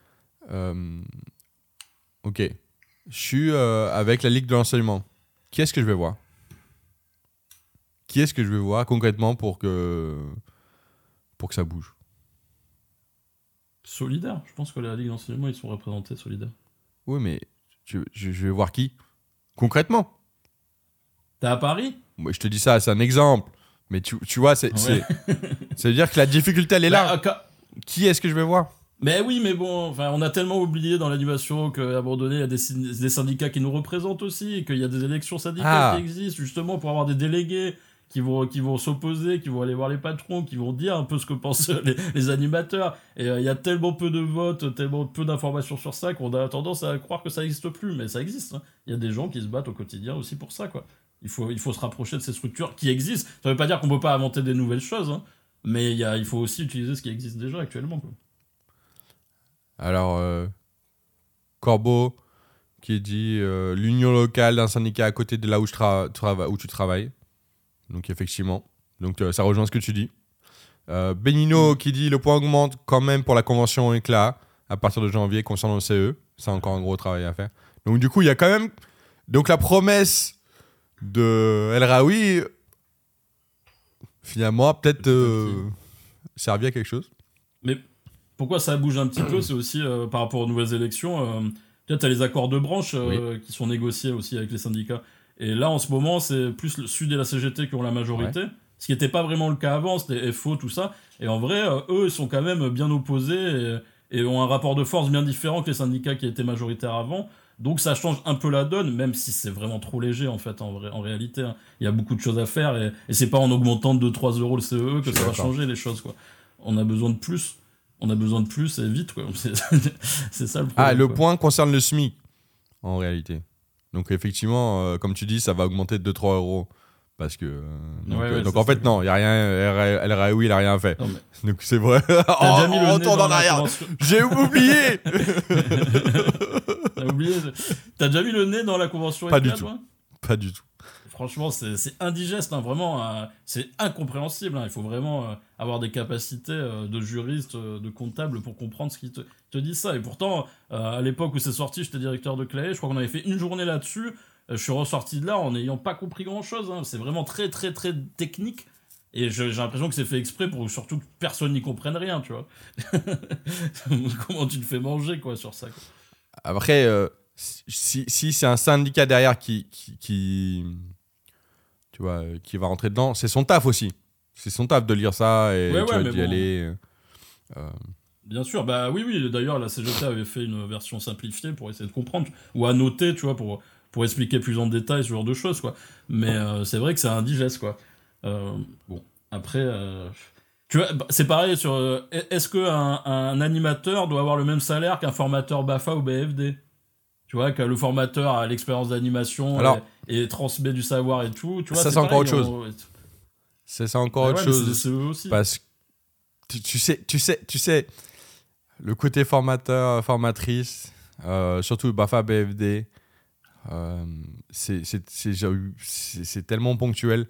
Ok. Je suis avec la Ligue de l'enseignement. Qui est-ce que je vais voir ? qui est-ce que je vais voir concrètement pour que ça bouge? Solidaire. Je pense que la Ligue d'enseignement, ils sont représentés solidaires. Oui, mais je vais voir qui? Concrètement. T'es à Paris? Moi, je te dis ça, c'est un exemple. Mais tu vois, ça veut dire que la difficulté, elle est là. Qui est-ce que je vais voir? Mais oui, mais bon, enfin, on a tellement oublié dans l'animation qu'à un moment donné, il y a des syndicats qui nous représentent aussi, et qu'il y a des élections syndicales qui existent, justement, pour avoir des délégués qui vont s'opposer, qui vont aller voir les patrons, qui vont dire un peu ce que pensent les animateurs. Et il y a tellement peu de votes, tellement peu d'informations sur ça qu'on a tendance à croire que ça n'existe plus. Mais ça existe. Hein. Il y a des gens qui se battent au quotidien aussi pour ça, quoi. Il faut se rapprocher de ces structures qui existent. Ça veut pas dire qu'on peut pas inventer des nouvelles choses, hein, mais il faut aussi utiliser ce qui existe déjà actuellement, quoi. Alors, Corbeau qui dit l'union locale d'un syndicat à côté de là où tu travailles. Donc effectivement, donc ça rejoint ce que tu dis. Benino qui dit le point augmente quand même pour la convention éclat à partir de janvier concernant le CE. C'est encore un gros travail à faire. Donc du coup, il y a quand même donc la promesse de El Raoui finalement peut-être servi à quelque chose. Mais pourquoi ça bouge un petit peu, c'est aussi par rapport aux nouvelles élections. Tu as les accords de branche qui sont négociés aussi avec les syndicats. Et là, en ce moment, c'est plus le Sud et la CGT qui ont la majorité. Ouais. Ce qui n'était pas vraiment le cas avant, c'était FO, tout ça. Et en vrai, eux, ils sont quand même bien opposés et ont un rapport de force bien différent que les syndicats qui étaient majoritaires avant. Donc ça change un peu la donne, même si c'est vraiment trop léger en fait, en réalité. Hein. Il y a beaucoup de choses à faire et c'est pas en augmentant de 2-3 euros le CE que ça va changer les choses, quoi. On a besoin de plus. On a besoin de plus et vite, quoi. C'est ça le problème. Ah, le point concerne le SMIC, en réalité. Donc effectivement, comme tu dis, ça va augmenter de 2-3 euros. Parce que... donc en fait, non, il n'y a rien... El Raoui, il n'a rien fait. Mais... Donc c'est vrai. On retourne en arrière. J'ai oublié. T'as oublié. T'as déjà mis le nez dans la convention Pas du tout. Pas du tout. Franchement, c'est indigeste, hein, vraiment. C'est incompréhensible. Hein. Il faut vraiment avoir des capacités de juriste, de comptable pour comprendre ce qui te dit ça. Et pourtant, à l'époque où c'est sorti, j'étais directeur de Clay. Je crois qu'on avait fait une journée là-dessus. Je suis ressorti de là en n'ayant pas compris grand-chose. Hein. C'est vraiment très, très, très technique. Et j'ai l'impression que c'est fait exprès pour surtout que personne n'y comprenne rien, tu vois. Comment tu te fais manger, quoi, sur ça, quoi. Après, si c'est un syndicat derrière qui va rentrer dedans, c'est son taf aussi. C'est son taf de lire ça et d'y aller. Bien sûr, bah oui. D'ailleurs, la CGT avait fait une version simplifiée pour essayer de comprendre ou à noter, tu vois, pour expliquer plus en détail ce genre de choses, quoi. Mais c'est vrai que c'est indigeste, quoi. Bon, après, tu vois, c'est pareil sur. Est-ce qu'un animateur doit avoir le même salaire qu'un formateur BAFA ou BFD? Tu vois, que le formateur a l'expérience d'animation et transmet du savoir et tout. Tu vois, ça, c'est encore autre chose. C'est encore autre chose. Aussi. Parce que tu sais, le côté formateur, formatrice, surtout BAFA, BFD, c'est tellement ponctuel.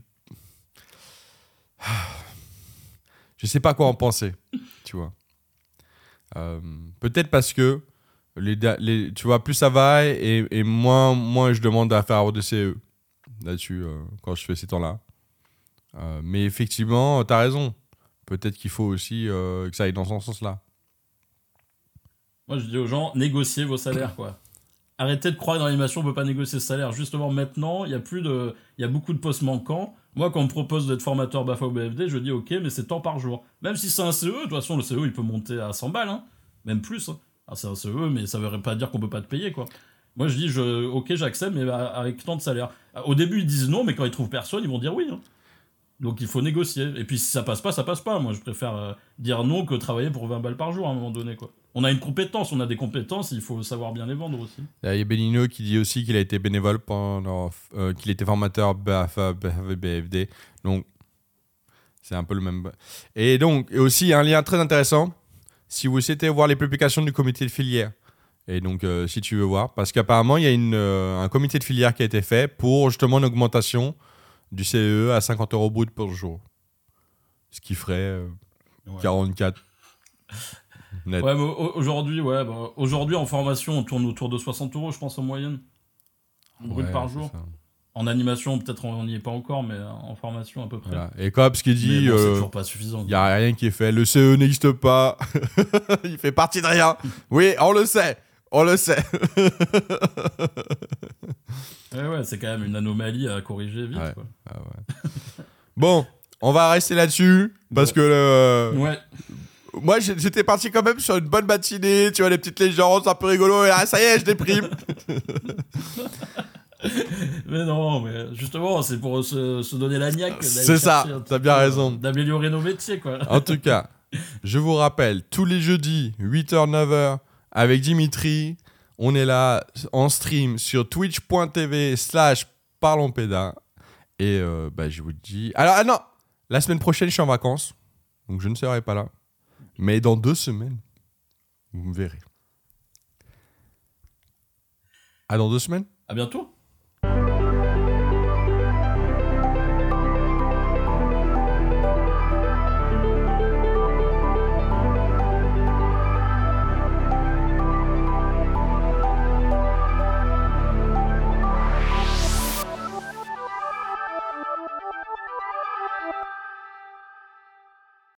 Je sais pas quoi en penser, tu vois. Peut-être parce que tu vois, plus ça va et moins je demande à faire de CE là-dessus quand je fais ces temps-là. Mais effectivement, t'as raison. Peut-être qu'il faut aussi que ça aille dans ce sens-là. Moi, je dis aux gens, négociez vos salaires, quoi. Arrêtez de croire que dans l'animation, on peut pas négocier ce salaire. Justement, maintenant, il y a beaucoup de postes manquants. Moi, quand on me propose d'être formateur BAFA ou BFD, je dis ok, mais c'est tant par jour. Même si c'est un CE, de toute façon, le CE, il peut monter à 100 balles, hein. Même plus. Hein. Ah, c'est un CE, mais ça veut pas dire qu'on peut pas te payer, quoi. Moi, je dis, ok, j'accepte, mais avec tant de salaire. Au début, ils disent non, mais quand ils trouvent personne, ils vont dire oui. Hein. Donc, il faut négocier. Et puis, si ça passe pas, ça passe pas. Moi, je préfère dire non que travailler pour 20 balles par jour à un moment donné, quoi. On a des compétences, il faut savoir bien les vendre aussi. Il y a Benino qui dit aussi qu'il a été bénévole pendant qu'il était formateur BAFA, BFD. Donc, c'est un peu le même. Et donc, aussi, un lien très intéressant, si vous souhaitez voir les publications du comité de filière. Et donc, si tu veux voir, parce qu'apparemment, il y a un comité de filière qui a été fait pour justement une augmentation du CE à 50 € brut par jour. Ce qui ferait 44 net. Ouais, mais aujourd'hui, en formation, on tourne autour de 60 €, je pense, en moyenne. Brut par jour. En animation, peut-être on n'y est pas encore, mais en formation à peu près. Voilà. Et Cops qui Mais dit bon, c'est toujours pas suffisant. il n'y a rien qui est fait, le CE n'existe pas, il fait partie de rien. Oui, on le sait, on le sait. Ouais, c'est quand même une anomalie à corriger vite. Ouais. Quoi. Ah ouais. Bon, on va rester là-dessus parce Bon. que Ouais. moi j'étais parti quand même sur une bonne matinée, tu vois, les petites légendes, c'est un peu rigolo, et là ça y est, je déprime. Mais non, mais justement, c'est pour se donner la niaque. d'aller C'est ça, chercher un t'as petit bien peu, raison. D'améliorer nos métiers, quoi. En tout cas, je vous rappelle, tous les jeudis, 8h, 9h, avec Dimitri, on est là en stream sur twitch.tv/parlonspéda. Et je vous dis... Alors, ah non, la semaine prochaine, je suis en vacances, donc je ne serai pas là. Mais dans 2 semaines, vous me verrez. Ah, dans 2 semaines ? À bientôt.